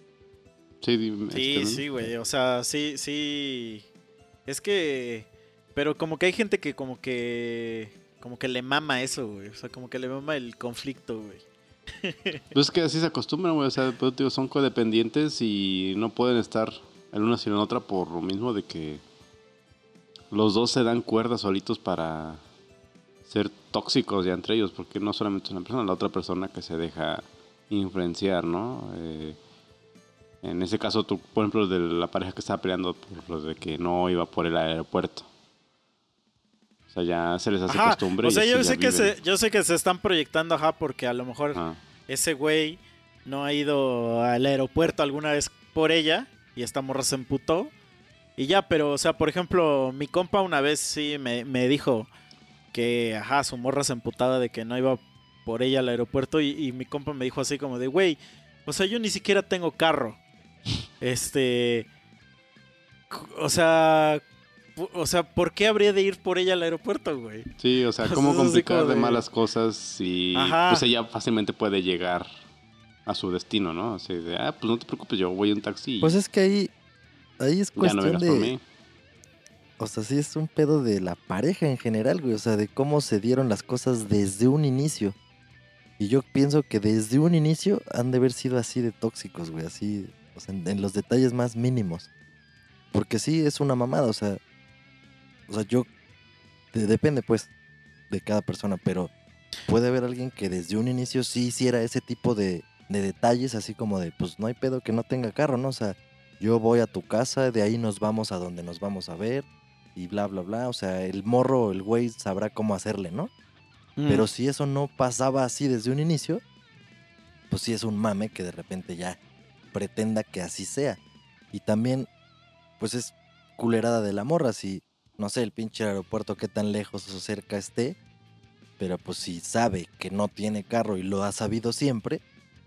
Sí, sí, güey. O sea, sí. Es que... Pero como que hay gente que como que le mama eso, güey. O sea, como que le mama el conflicto, güey. Pues es que así se acostumbran, güey. O sea, pues, digo, son codependientes y no pueden estar en una sin en otra por lo mismo de que los dos se dan cuerda solitos para ser tóxicos ya entre ellos, porque no solamente es una persona, la otra persona que se deja influenciar, ¿no? En ese caso, tú, por ejemplo, de la pareja que estaba peleando por lo de que no iba por el aeropuerto. O sea, ya se les hace Ajá, costumbre. o sea, y yo así sé ya que viven. yo sé que se están proyectando, ajá, porque a lo mejor ese güey no ha ido al aeropuerto alguna vez por ella y esta morra se emputó. Y ya, pero, o sea, por ejemplo, mi compa una vez sí me dijo que, ajá, su morra se emputaba de que no iba por ella al aeropuerto y mi compa me dijo así como de, güey, o sea, yo ni siquiera tengo carro. O sea, ¿por qué habría de ir por ella al aeropuerto, güey? Sí, o sea, O sea, cómo es así complicar como de de- malas cosas y Ajá. pues ella fácilmente puede llegar a su destino, ¿no? Así de, pues no te preocupes, yo voy en taxi y Pues es que ahí es ya no cuestión vengas por de... mí. O sea, sí es un pedo de la pareja en general, güey. O sea, de cómo se dieron las cosas desde un inicio. Y yo pienso que desde un inicio han de haber sido así de tóxicos, güey. Así, o sea, en los detalles más mínimos. Porque sí es una mamada, o sea, depende pues de cada persona, pero puede haber alguien que desde un inicio sí hiciera ese tipo de detalles, así como de, pues no hay pedo que no tenga carro, ¿no? O sea, yo voy a tu casa, de ahí nos vamos a donde nos vamos a ver y bla, bla, bla. O sea, el morro, el güey sabrá cómo hacerle, ¿no? Pero si eso no pasaba así desde un inicio, pues sí es un mame que de repente ya pretenda que así sea. Y también, pues es culerada de la morra, si, no sé, el pinche aeropuerto qué tan lejos o cerca esté, pero pues si sabe que no tiene carro y lo ha sabido siempre,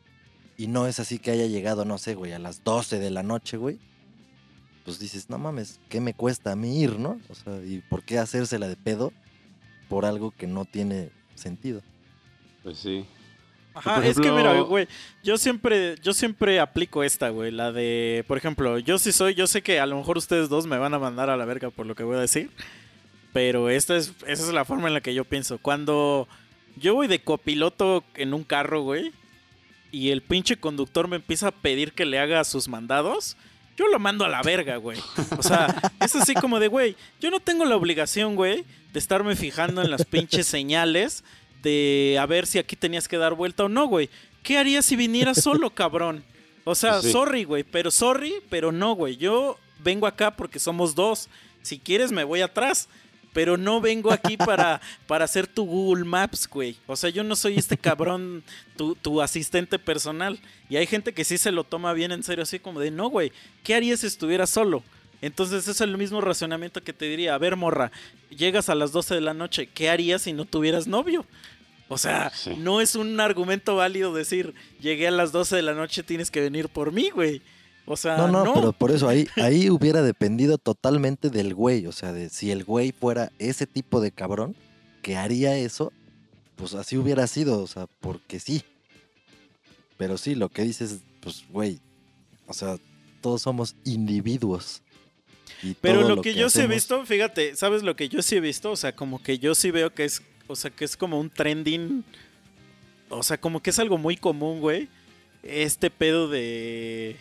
y no es así que haya llegado, no sé, güey, a las 12 de la noche, güey, pues dices, no mames, ¿qué me cuesta a mí ir, no? O sea, ¿y por qué hacérsela de pedo por algo que no tiene sentido? Pues sí. Ajá, Por es que mira, ejemplo, güey, yo siempre aplico esta, güey, la de, por ejemplo, yo sé que a lo mejor ustedes dos me van a mandar a la verga por lo que voy a decir, pero esa es la forma en la que yo pienso. Cuando yo voy de copiloto en un carro, güey, y el pinche conductor me empieza a pedir que le haga sus mandados, yo lo mando a la verga, güey. O sea, es así como de, güey, yo no tengo la obligación, güey, de estarme fijando en las pinches señales de a ver si aquí tenías que dar vuelta o no, güey. ¿Qué harías si vinieras solo, cabrón? O sea, Pues sí. sorry, pero no, güey. Yo vengo acá porque somos dos. Si quieres me voy atrás. Pero no vengo aquí para hacer tu Google Maps, güey. O sea, yo no soy este cabrón, tu asistente personal. Y hay gente que sí se lo toma bien en serio, así como de, no, güey, ¿qué harías si estuvieras solo? Entonces es el mismo razonamiento que te diría, a ver, morra, llegas a las 12 de la noche, ¿qué harías si no tuvieras novio? O sea, Sí. no es un argumento válido decir, llegué a las 12 de la noche, tienes que venir por mí, güey. O sea, No, pero por eso ahí hubiera dependido totalmente del güey. O sea, de si el güey fuera ese tipo de cabrón que haría eso, pues así hubiera sido, o sea, porque sí. Pero sí, lo que dices, pues, güey, o sea, todos somos individuos. Y Pero todo lo que yo sí he visto, fíjate, ¿sabes lo que yo sí he visto? O sea, como que yo sí veo que es, o sea, que es como un trending, o sea, como que es algo muy común, güey. Este pedo de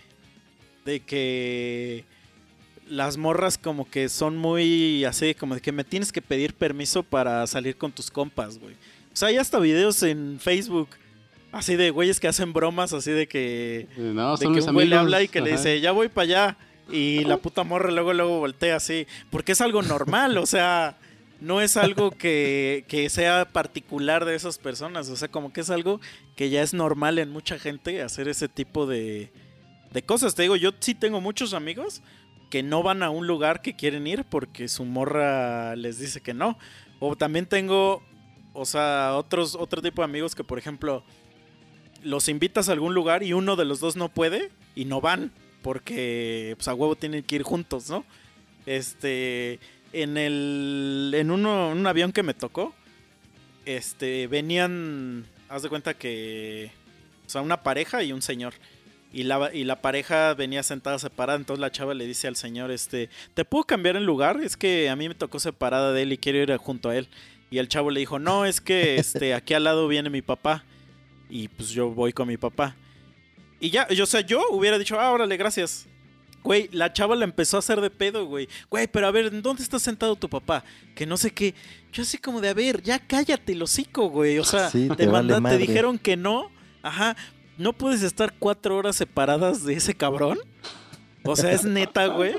que las morras como que son muy así, como de que me tienes que pedir permiso para salir con tus compas, güey. O sea, hay hasta videos en Facebook así de güeyes que hacen bromas, así de que No, de son que mis un güey le amigos. habla y que le Ajá. dice, ya voy para allá. Y la puta morra luego voltea así. Porque es algo normal, o sea, no es algo que sea particular de esas personas. O sea, como que es algo que ya es normal en mucha gente hacer ese tipo de cosas. Te digo, yo sí tengo muchos amigos que no van a un lugar que quieren ir porque su morra les dice que no. O también tengo, o sea, otro tipo de amigos que, por ejemplo, los invitas a algún lugar y uno de los dos no puede y no van porque pues a huevo tienen que ir juntos, ¿no? En un avión que me tocó, venían, haz de cuenta que, o sea, una pareja y un señor. y la pareja venía sentada separada, entonces la chava le dice al señor, ¿te puedo cambiar el lugar? Es que a mí me tocó separada de él y quiero ir junto a él. Y el chavo le dijo, no, es que aquí al lado viene mi papá y pues yo voy con mi papá. Y ya, o sea, yo hubiera dicho, órale, gracias. Güey, la chava la empezó a hacer de pedo, güey. Güey, pero a ver, ¿dónde está sentado tu papá? Que no sé qué. Yo así como de, a ver, ya cállate el hocico, güey. O sea, Sí, te vale te madre. dijeron que no. Ajá, ¿no puedes estar 4 horas separadas de ese cabrón? O sea, es neta, güey.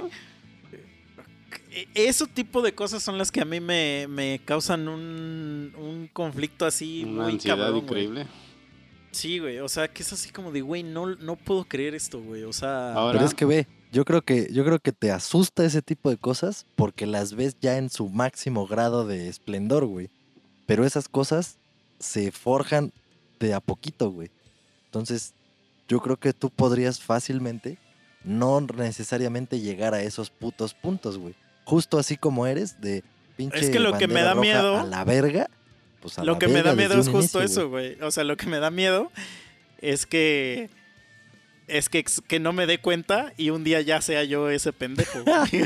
Ese tipo de cosas son las que a mí me causan un conflicto así Una muy ansiedad cabrón, increíble. güey. Sí, güey, o sea, que es así como de, güey, no puedo creer esto, güey, o sea... Ahora- Pero es que ve, yo creo que te asusta ese tipo de cosas porque las ves ya en su máximo grado de esplendor, güey. Pero esas cosas se forjan de a poquito, güey. Entonces, yo creo que tú podrías fácilmente no necesariamente llegar a esos putos puntos, güey. Justo así como eres, de pinche Es que lo que me bandera da roja miedo- a la verga, pues a Lo la que me verga da miedo desde es un justo inicio, eso, güey. O sea, lo que me da miedo es que... que no me dé cuenta y un día ya sea yo ese pendejo, güey.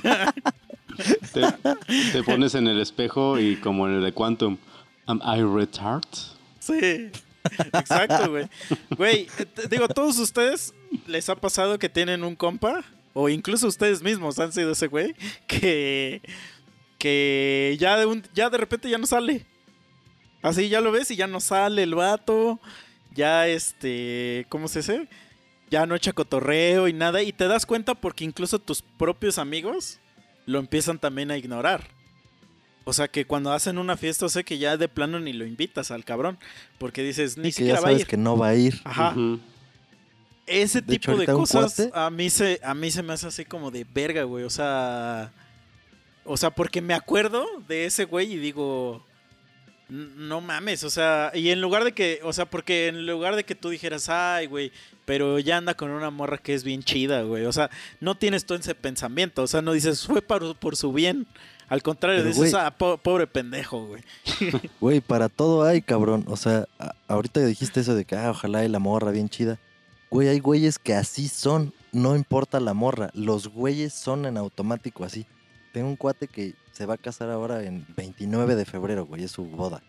Te pones en el espejo y como en el de Quantum, ¿Am I retard? Sí, exacto, güey. Güey, digo, ¿todos ustedes les ha pasado que tienen un compa? O incluso ustedes mismos han sido ese güey que ya de repente ya no sale. Así ya lo ves y ya no sale el vato. Ya ¿cómo se dice? Ya no echa cotorreo y nada. Y te das cuenta porque incluso tus propios amigos lo empiezan también a ignorar. O sea que cuando hacen una fiesta, o sea que ya de plano ni lo invitas al cabrón. Porque dices, ni y que siquiera ya va a sabes ir. que no va a ir. Ajá. Ujú. Ese De hecho, tipo de ahorita un cosas cuate- a mí se me hace así como de verga, güey. O sea, porque me acuerdo de ese güey y digo, no mames, o sea, y en lugar de que, o sea, porque en lugar de que tú dijeras, ay, güey, pero ya anda con una morra que es bien chida, güey. O sea, no tienes todo ese pensamiento, o sea, no dices, fue por su bien. Al contrario, Pero, dices, güey, pobre pendejo, güey. Güey, para todo hay, cabrón. O sea, ahorita dijiste eso de que, ojalá y la morra bien chida. Güey, hay güeyes que así son. No importa la morra. Los güeyes son en automático así. Tengo un cuate que se va a casar ahora en 29 de febrero, güey. Es su boda.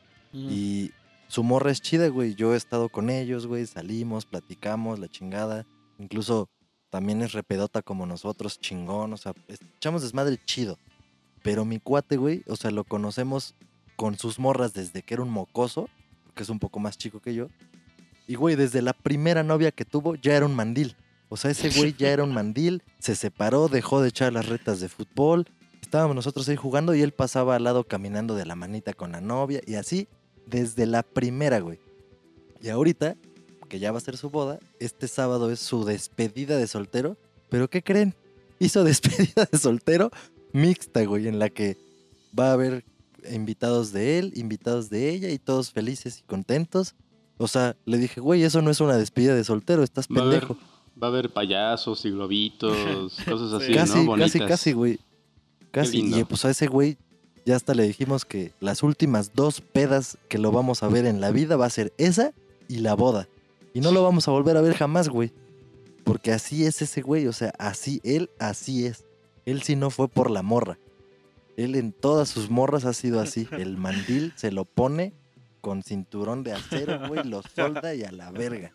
Y su morra es chida, güey. Yo he estado con ellos, güey. Salimos, platicamos, la chingada. Incluso también es repedota como nosotros, chingón. O sea, echamos desmadre chido. Pero mi cuate, güey, o sea, lo conocemos con sus morras desde que era un mocoso, que es un poco más chico que yo. Y, güey, desde la primera novia que tuvo ya era un mandil. O sea, ese güey ya era un mandil, se separó, dejó de echar las retas de fútbol. Estábamos nosotros ahí jugando y él pasaba al lado caminando de la manita con la novia y así desde la primera, güey. Y ahorita, que ya va a ser su boda, este sábado es su despedida de soltero. ¿Pero qué creen? Hizo despedida de soltero mixta, güey, en la que va a haber invitados de él, invitados de ella y todos felices y contentos. O sea, le dije, güey, eso no es una despedida de soltero, estás Va a haber, pendejo. va a haber payasos y globitos, cosas así, Casi, ¿no? Bonitas. casi, güey. Casi. lindo. Y pues a ese güey ya hasta le dijimos que las últimas 2 pedas que lo vamos a ver en la vida va a ser esa y la boda. Y no lo vamos a volver a ver jamás, güey. Porque así es ese güey, o sea, así es. Él sí no fue por la morra. Él en todas sus morras ha sido así. El mandil se lo pone con cinturón de acero, güey, lo solda y a la verga.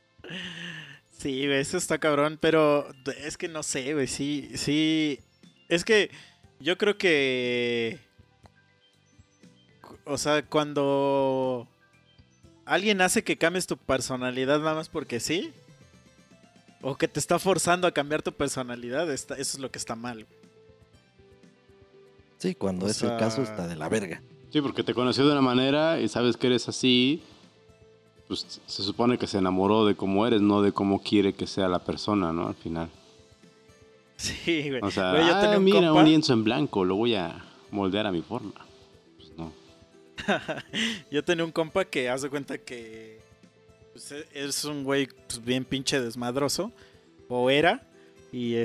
Sí, güey, eso está cabrón, pero es que no sé, güey, sí. Es que yo creo que, o sea, cuando alguien hace que cambies tu personalidad nada más porque sí, o que te está forzando a cambiar tu personalidad, eso es lo que está mal, güey. Sí, cuando O es el caso sea, está de la verga. Sí, porque te conoció de una manera y sabes que eres así, pues se supone que se enamoró de cómo eres, no de cómo quiere que sea la persona, ¿no? Al final. Sí, güey. O sea, Güey, yo tenía un mira, compa- un lienzo en blanco, lo voy a moldear a mi forma. Pues no. Yo tenía un compa que hace cuenta que pues, es un güey pues, bien pinche desmadroso. O era. Y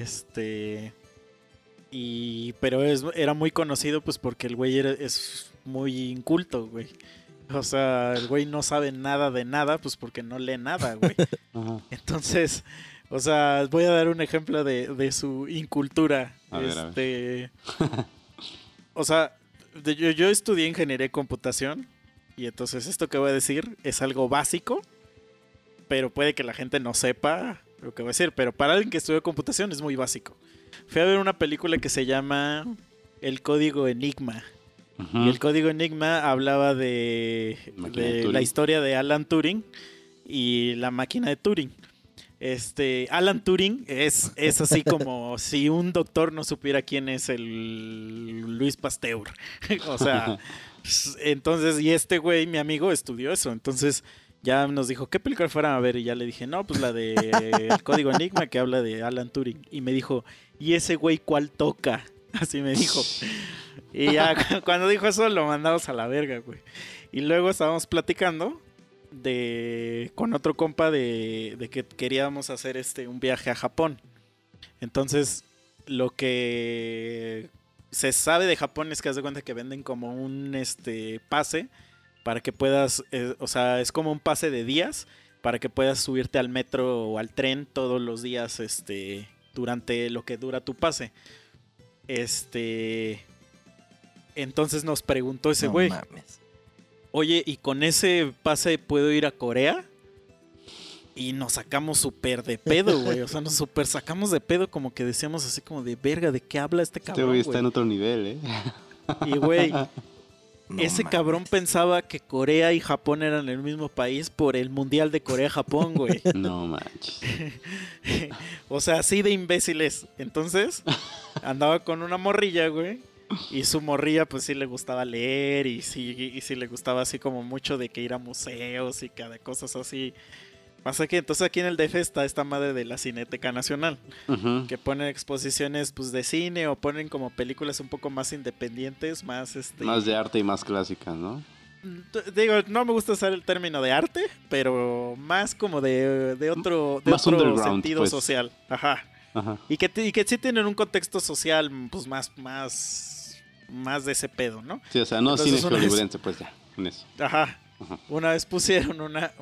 pero era muy conocido pues porque el güey es muy inculto, güey. O sea, el güey no sabe nada de nada, pues porque no lee nada, güey. Ajá. Entonces, o sea, voy a dar un ejemplo de su incultura. A ver. O sea, yo estudié ingeniería de computación y entonces esto que voy a decir es algo básico, pero puede que la gente no sepa lo que voy a decir, pero para alguien que estudió computación es muy básico. Fui a ver una película que se llama El Código Enigma. Ujú. Y el Código Enigma hablaba de Turing. la historia de Alan Turing y la máquina de Turing. Alan Turing es así como si un doctor no supiera quién es el Luis Pasteur. O sea, entonces, y este güey, mi amigo, estudió eso. Entonces ya nos dijo, ¿qué película fueran a ver? Y ya le dije, no, pues la de El Código Enigma que habla de Alan Turing. Y me dijo, ¿y ese güey cuál toca? Así me dijo. Y ya cuando dijo eso lo mandamos a la verga, güey. Y luego estábamos platicando con otro compa de que queríamos hacer un viaje a Japón. Entonces, lo que se sabe de Japón es que haz de cuenta que venden como un pase para que puedas, o sea, es como un pase de días para que puedas subirte al metro o al tren todos los días durante lo que dura tu pase. Entonces nos preguntó ese güey, mames. oye, ¿y con ese pase puedo ir a Corea? Y nos sacamos súper de pedo, güey. O sea, nos súper sacamos de pedo, como que decíamos así como de verga, ¿de qué habla este Este cabrón, güey está güey? en otro nivel, ¿eh? Y güey, No ese mames. cabrón pensaba que Corea y Japón eran el mismo país por el Mundial de Corea-Japón, güey. No manches. O sea, así de imbéciles. Entonces, andaba con una morrilla, güey. Y su morrilla, pues sí le gustaba leer y sí le gustaba así como mucho de que ir a museos y cada cosas así. Pasa que entonces aquí en el DF está esta madre de la Cineteca Nacional, Ujú. que ponen exposiciones pues de cine o ponen como películas un poco más independientes, más Más de arte y más clásicas, ¿no? Digo, no me gusta usar el término de arte, pero más como de otro Más underground, sentido pues. social. Ajá. Ajá. Y que sí tienen un contexto social, pues más de ese pedo, ¿no? Sí, o sea, no Entonces, cine una vez- hollywoodense, pues ya, con eso. Ajá. Ajá. Una vez pusieron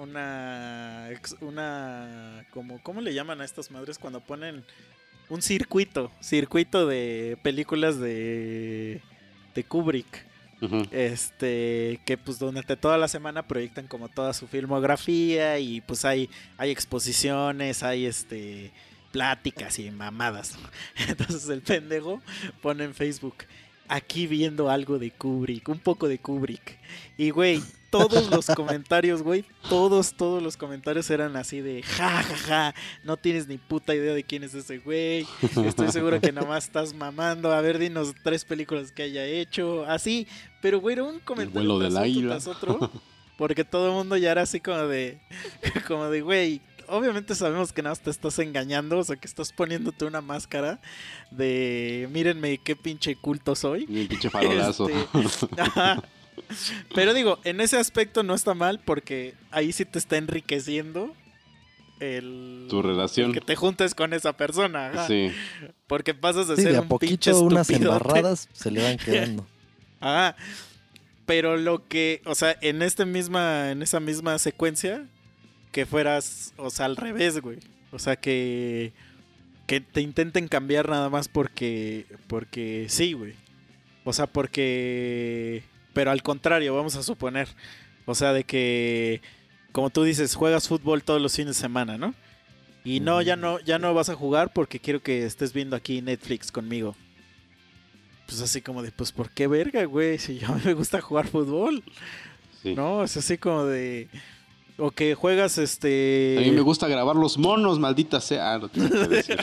¿cómo le llaman a estas madres cuando ponen un circuito de películas de Kubrick? Ujú. Que pues durante toda la semana proyectan como toda su filmografía y pues hay exposiciones, hay pláticas y mamadas. Entonces el pendejo pone en Facebook, aquí viendo algo de Kubrick, un poco de Kubrick. Y güey, todos los comentarios, güey, todos los comentarios eran así de ja, ja, ja, no tienes ni puta idea de quién es ese güey, estoy seguro que nomás estás mamando, a ver, dinos 3 películas que haya hecho, así, pero güey, era un comentario vuelo del tras otro, águila. tras otro, porque todo el mundo ya era así como de, güey, obviamente sabemos que nada más te estás engañando, o sea, que estás poniéndote una máscara de, mírenme qué pinche culto soy. Y un pinche farolazo. Ajá. Pero digo, en ese aspecto no está mal porque ahí sí te está enriqueciendo Tu relación. el que te juntes con esa persona. Ajá. Sí. Porque pasas de Sí, ser de a un pinche poquito unas estupidote. embarradas se le van quedando. Ajá. Pero lo que, o sea, en esa misma secuencia, que fueras, o sea, al revés, güey. O sea, que te intenten cambiar nada más porque sí, güey. O sea, pero al contrario, vamos a suponer. O sea, de que, como tú dices, juegas fútbol todos los fines de semana, ¿no? Y no, ya no vas a jugar porque quiero que estés viendo aquí Netflix conmigo. Pues así como de, pues, ¿por qué verga, güey? Si a mí me gusta jugar fútbol. Sí. No, es así como de... O que juegas A mí me gusta grabar los monos, maldita sea. Ah, no tengo que decir.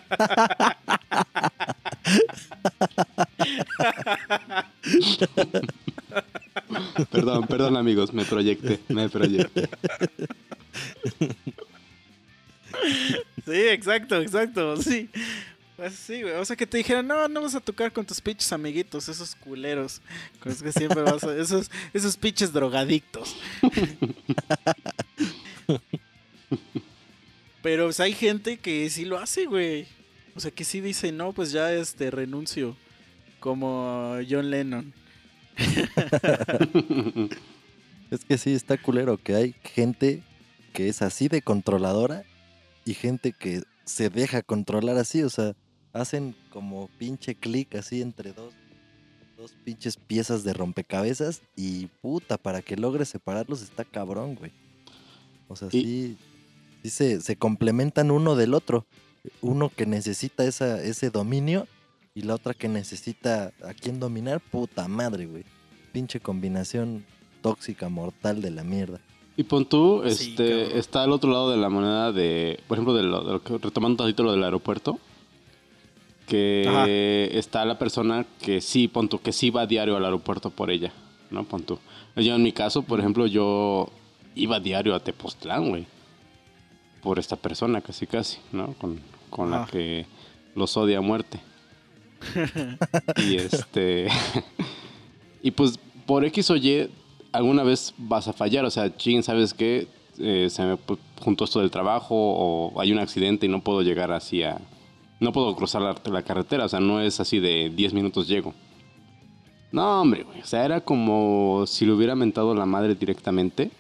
Perdón amigos, me proyecté. Sí, exacto, sí. Pues sí, güey. O sea, que te dijeran, no vas a tocar con tus pinches amiguitos, esos culeros. Con los que siempre vas a... Esos pinches drogadictos. Pero pues, hay gente que sí lo hace, güey. O sea, que sí dice, no, pues ya renuncio. Como John Lennon. Es que sí, está culero que hay gente que es así de controladora y gente que se deja controlar así, o sea, hacen como pinche clic así entre dos pinches piezas de rompecabezas y puta, para que logres separarlos está cabrón, güey. O sea, Y, sí se complementan uno del otro. Uno que necesita ese dominio y la otra que necesita a quién dominar, puta madre, güey. Pinche combinación tóxica, mortal de la mierda. y pon tú, Sí, cabrón. está al otro lado de la moneda de, por ejemplo, de lo que, retomando tantito lo del aeropuerto, Ajá. que está la persona que sí, pon tú, que sí va a diario al aeropuerto por ella, ¿no? Pon tú. Yo en mi caso, por ejemplo, yo iba diario a Tepoztlán, güey, por esta persona casi casi, ¿no? Con la Ajá. que los odia a muerte. Y y pues por X o Y alguna vez vas a fallar, o sea, ching, ¿sabes qué? Se me juntó esto del trabajo o hay un accidente y no puedo llegar así a... No puedo cruzar la carretera, o sea, no es así de 10 minutos llego. No, hombre, güey, o sea, era como si le hubiera mentado la madre directamente.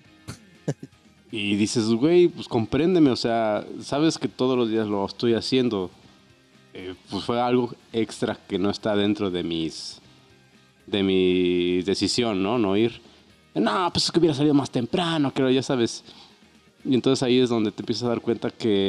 Y dices, güey, pues compréndeme, o sea, sabes que todos los días lo estoy haciendo. Pues fue algo extra que no está dentro de mi decisión, ¿no? No ir. No, pues es que hubiera salido más temprano, creo, ya sabes. Y entonces ahí es donde te empiezas a dar cuenta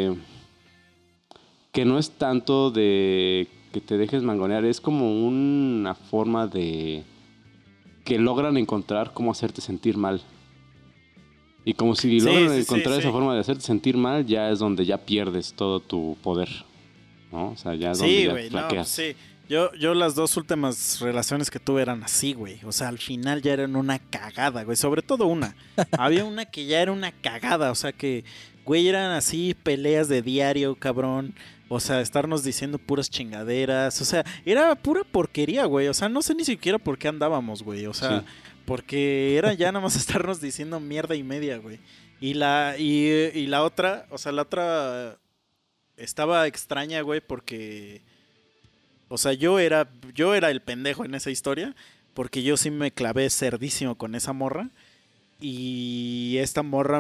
que no es tanto de que te dejes mangonear, es como una forma de que logran encontrar cómo hacerte sentir mal. Y como si Sí, logran sí, sí, encontrar esa sí. forma de hacerte sentir mal, ya es donde ya pierdes todo tu poder, ¿no? O sea, ya es donde Sí, ya güey, no, pues flaqueas. sí. Yo las dos últimas relaciones que tuve eran así, güey. O sea, al final ya eran una cagada, güey. Sobre todo una. Había una que ya era una cagada. O sea que, güey, eran así peleas de diario, cabrón. O sea, estarnos diciendo puras chingaderas. O sea, era pura porquería, güey. O sea, no sé ni siquiera por qué andábamos, güey. O Sí. sea, porque era ya nada más estarnos diciendo mierda y media, güey. Y la otra, o sea, la otra estaba extraña, güey, porque, o sea, yo era el pendejo en esa historia, porque yo sí me clavé cerdísimo con esa morra y esta morra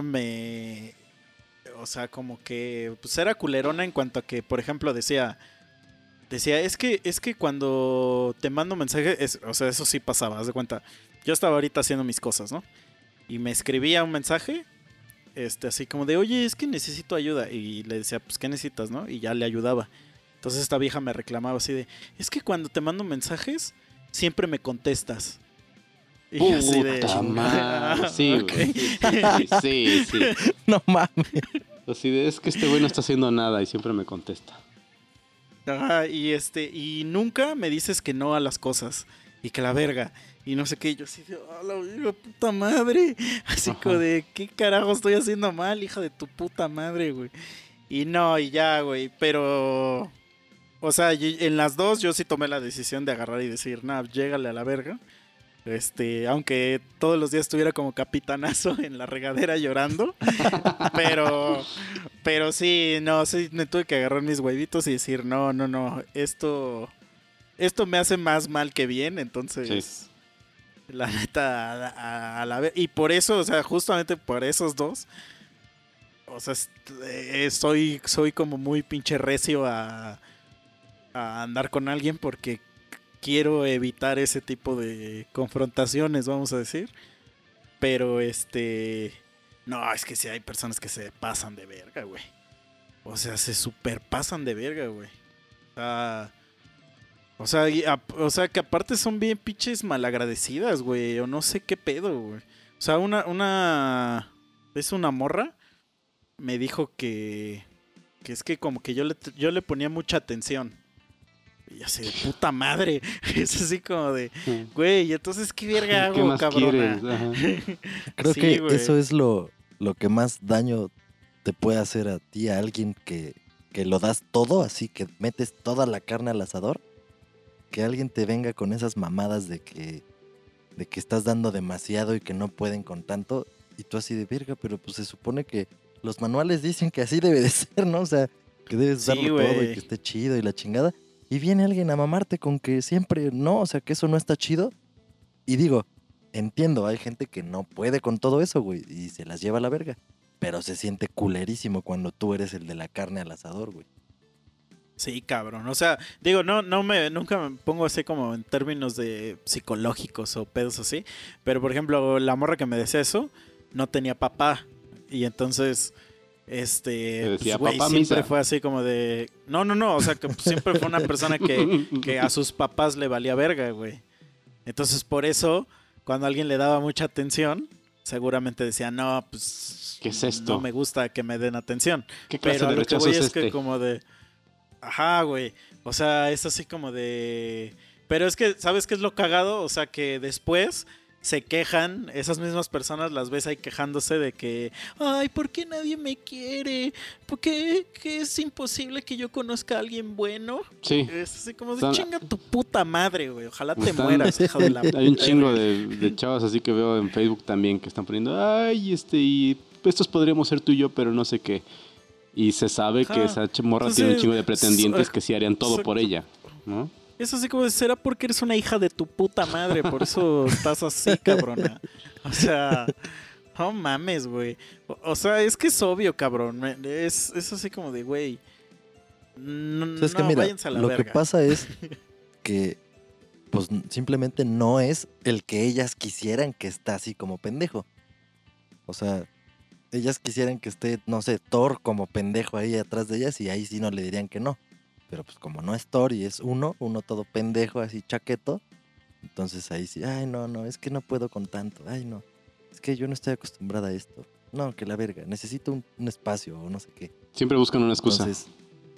o sea, como que, pues era culerona en cuanto a que, por ejemplo, decía, es que cuando te mando mensaje, o sea, eso sí pasaba, haz de cuenta, yo estaba ahorita haciendo mis cosas, ¿no? Y me escribía un mensaje así como de, oye, es que necesito ayuda. Y le decía, pues, ¿qué necesitas, no? Y ya le ayudaba. Entonces esta vieja me reclamaba así de, es que cuando te mando mensajes, siempre me contestas. Y yo así de, Puta madre. Sí, ok. güey. Sí, sí, sí, sí, sí. No mames. Así de, es que este güey no está haciendo nada y siempre me contesta. Ajá, y nunca me dices que no a las cosas. Y que la verga. Y no sé qué. Y yo así de, a la verga, puta madre. Así como Ajá. de, ¿qué carajo estoy haciendo mal, hija de tu puta madre, güey? Y no, y ya, güey. Pero, o sea, en las dos yo sí tomé la decisión de agarrar y decir, nah, llégale a la verga. Aunque todos los días estuviera como capitanazo en la regadera llorando. Pero, pero sí, no, sí, me tuve que agarrar mis huevitos y decir, no, no, no, esto me hace más mal que bien, Sí. entonces, la neta, a la vez, y por eso, o sea, justamente por esos dos, o sea, soy como muy pinche recio a andar con alguien porque quiero evitar ese tipo de confrontaciones, vamos a decir, pero no, es que sí hay personas que se pasan de verga, güey. O sea, se super pasan de verga, güey. O sea, que aparte son bien pinches malagradecidas, güey. O no sé qué pedo, güey. O sea, es una morra. Me dijo que es que como que yo le ponía mucha atención. Y así de puta madre. Es así como de, güey, entonces qué verga ¿Qué hago, más cabrona. quieres? Ajá. Creo Sí, que güey. eso es lo que más daño te puede hacer a ti, a alguien que lo das todo, así que metes toda la carne al asador. Que alguien te venga con esas mamadas de que estás dando demasiado y que no pueden con tanto. Y tú así de verga, pero pues se supone que los manuales dicen que así debe de ser, ¿no? O sea, que debes Sí, darlo todo y que güey. esté chido y la chingada. Y viene alguien a mamarte con que siempre no, o sea, que eso no está chido. Y digo, entiendo, hay gente que no puede con todo eso, güey, y se las lleva a la verga. Pero se siente culerísimo cuando tú eres el de la carne al asador, güey. Sí, cabrón. O sea, digo, nunca me pongo así como en términos de psicológicos o pedos así. Pero por ejemplo, la morra que me decía eso no tenía papá. Y entonces, Te decía, güey, papá siempre misa. fue así como de. No. O sea, que siempre fue una persona que a sus papás le valía verga, güey. Entonces, por eso, cuando alguien le daba mucha atención, seguramente decía, no, pues. ¿Qué es esto? No me gusta que me den atención. ¿Qué clase Pero a de lo que rechazo voy es es que este? como de. Ajá, güey. O sea, es así como de. Pero es que, ¿sabes qué es lo cagado? O sea, que después se quejan, esas mismas personas las ves ahí quejándose de que, ay, ¿por qué nadie me quiere? ¿Por qué que es imposible que yo conozca a alguien bueno? Sí. Es así como de Están- chinga tu puta madre, güey. Ojalá te Están- mueras, hija de la. Hay un chingo de chavas así que veo en Facebook también que están poniendo, ay, y estos podríamos ser tú y yo, pero no sé qué. Y se sabe que Ajá. esa morra Entonces, tiene un chingo de pretendientes so- que sí harían todo por exacto. ella, ¿no? Es así como de, será porque eres una hija de tu puta madre, por eso estás así, cabrona. O sea, no mames, güey. O sea, es que es obvio, cabrón. Es así como de, güey. No, O sea, es que no, mira, váyanse a la lo verga. que pasa es que pues simplemente no es el que ellas quisieran que está así como pendejo. O sea, ellas quisieran que esté, no sé, Thor como pendejo ahí atrás de ellas y ahí sí no le dirían que no. Pero pues como no es Thor y es uno todo pendejo así chaqueto, entonces ahí sí, ay no, es que no puedo con tanto, ay no, es que yo no estoy acostumbrada a esto. No, que la verga, necesito un espacio o no sé qué. Siempre buscan una excusa. Entonces,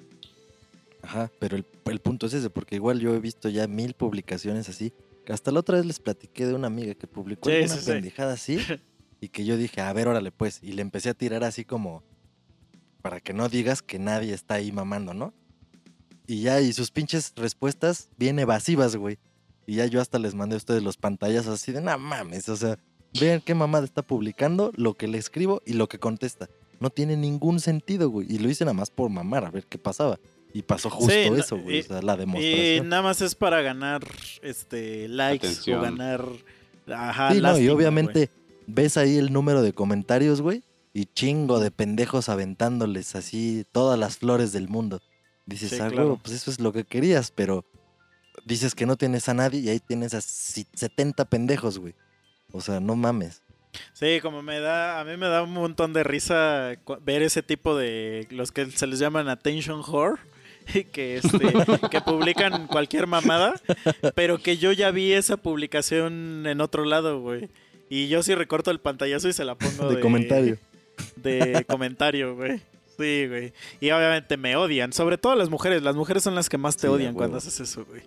ajá, pero el punto es ese, porque igual yo he visto ya 1000 publicaciones así, que hasta la otra vez les platiqué de una amiga que publicó Sí, alguna sí, sí. pendejada así, y que yo dije, a ver, órale pues, y le empecé a tirar así como, para que no digas que nadie está ahí mamando, ¿no? Y ya, y sus pinches respuestas bien evasivas, güey. Y ya yo hasta les mandé a ustedes los pantallazos así de, no mames, o sea, vean qué mamada está publicando, lo que le escribo y lo que contesta. No tiene ningún sentido, güey. Y lo hice nada más por mamar, a ver qué pasaba. Y pasó justo Sí, eso, güey. O sea, la Y demostración. nada más es para ganar likes Atención. o ganar. Ajá, Sí, no, y lástima, obviamente ves ahí el número de comentarios, güey. Y chingo de pendejos aventándoles así todas las flores del mundo. Dices, Sí, ah, claro. güey, pues eso es lo que querías, pero dices que no tienes a nadie y ahí tienes a 70 pendejos, güey. O sea, no mames. Sí, como a mí me da un montón de risa ver ese tipo de, los que se les llaman attention whore, que que publican cualquier mamada, pero que yo ya vi esa publicación en otro lado, güey. Y yo sí recorto el pantallazo y se la pongo De comentario. De comentario, güey. Sí, güey. Y obviamente me odian, sobre todo las mujeres son las que más te Sí, a odian huevo. cuando haces eso, güey.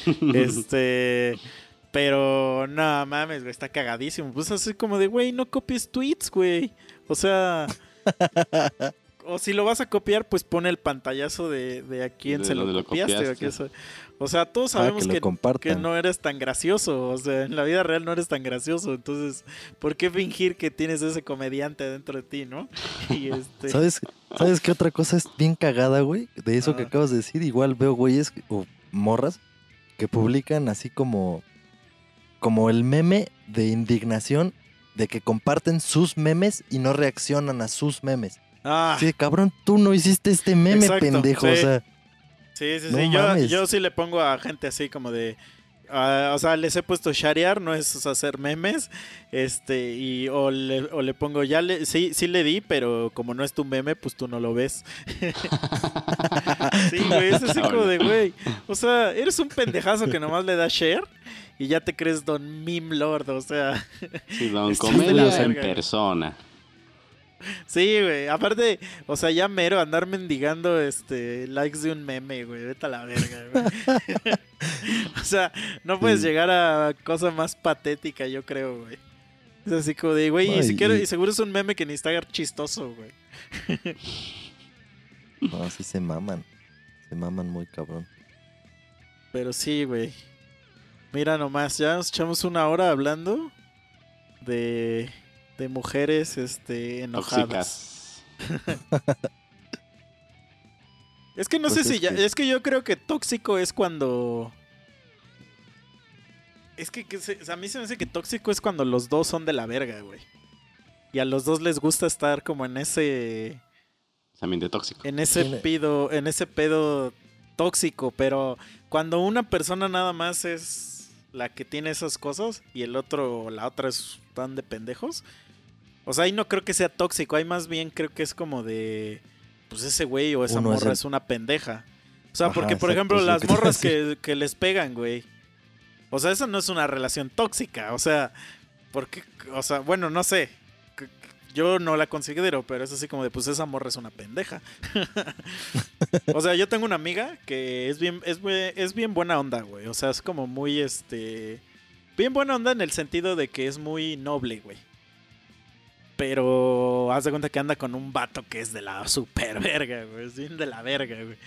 Pero no mames, güey, está cagadísimo. Pues así como de, güey, no copies tweets, güey. O sea, o si lo vas a copiar, pues pone el pantallazo de a quién De se lo donde lo copiaste. copiaste. O sea, todos Para sabemos que lo que compartan. no eres tan gracioso. O sea, en la vida real no eres tan gracioso. Entonces, ¿por qué fingir que tienes ese comediante dentro de ti, no? Y ¿Sabes qué otra cosa es bien cagada, güey? De eso que Ah. acabas de decir, igual veo güeyes o morras que publican así como el meme de indignación de que comparten sus memes y no reaccionan a sus memes. Ah, Sí, cabrón, tú no hiciste este meme, Exacto, pendejo. sí. O sea, sí. no Yo mames. sí le pongo a gente así como de. O sea, les he puesto sharear, no es hacer memes. O le pongo, sí le di, pero como no es tu meme, pues tú no lo ves. Sí, güey, es así como de, güey. O sea, eres un pendejazo que nomás le da share y ya te crees Don Meme Lord, o sea. Sí, don Estás de la Comedios en verga. persona. Sí, güey. Aparte, o sea, ya mero andar mendigando likes de un meme, güey. Vete a la verga, güey. O sea, no puedes Sí. llegar a cosa más patética, yo creo, güey. Es así como de, güey, No, y seguro es un meme que ni está chistoso, güey. No, sí se maman. Se maman muy cabrón. Pero sí, güey. Mira nomás, ya nos echamos una hora hablando de mujeres enojadas. Tóxicas. Es que no Pues sé si es ya. que- Es que yo creo que tóxico es cuando. Es que a mí se me hace que tóxico es cuando los dos son de la verga, güey. Y a los dos les gusta estar como en ese... Ambiente tóxico. En ese pedo tóxico, pero cuando una persona nada más es la que tiene esas cosas y el otro o la otra están de pendejos, o sea, ahí no creo que sea tóxico, ahí más bien creo que es como de, pues ese güey o esa morra es una pendeja. O sea, porque por ejemplo las morras que les pegan, güey, o sea, esa no es una relación tóxica, o sea, porque, o sea, bueno, no sé. Yo no la considero, pero es así como de, pues esa morra es una pendeja. O sea, yo tengo una amiga que es bien buena onda, güey. O sea, es como muy, bien buena onda en el sentido de que es muy noble, güey. Pero haz de cuenta que anda con un vato que es de la super verga, güey. Es bien de la verga, güey.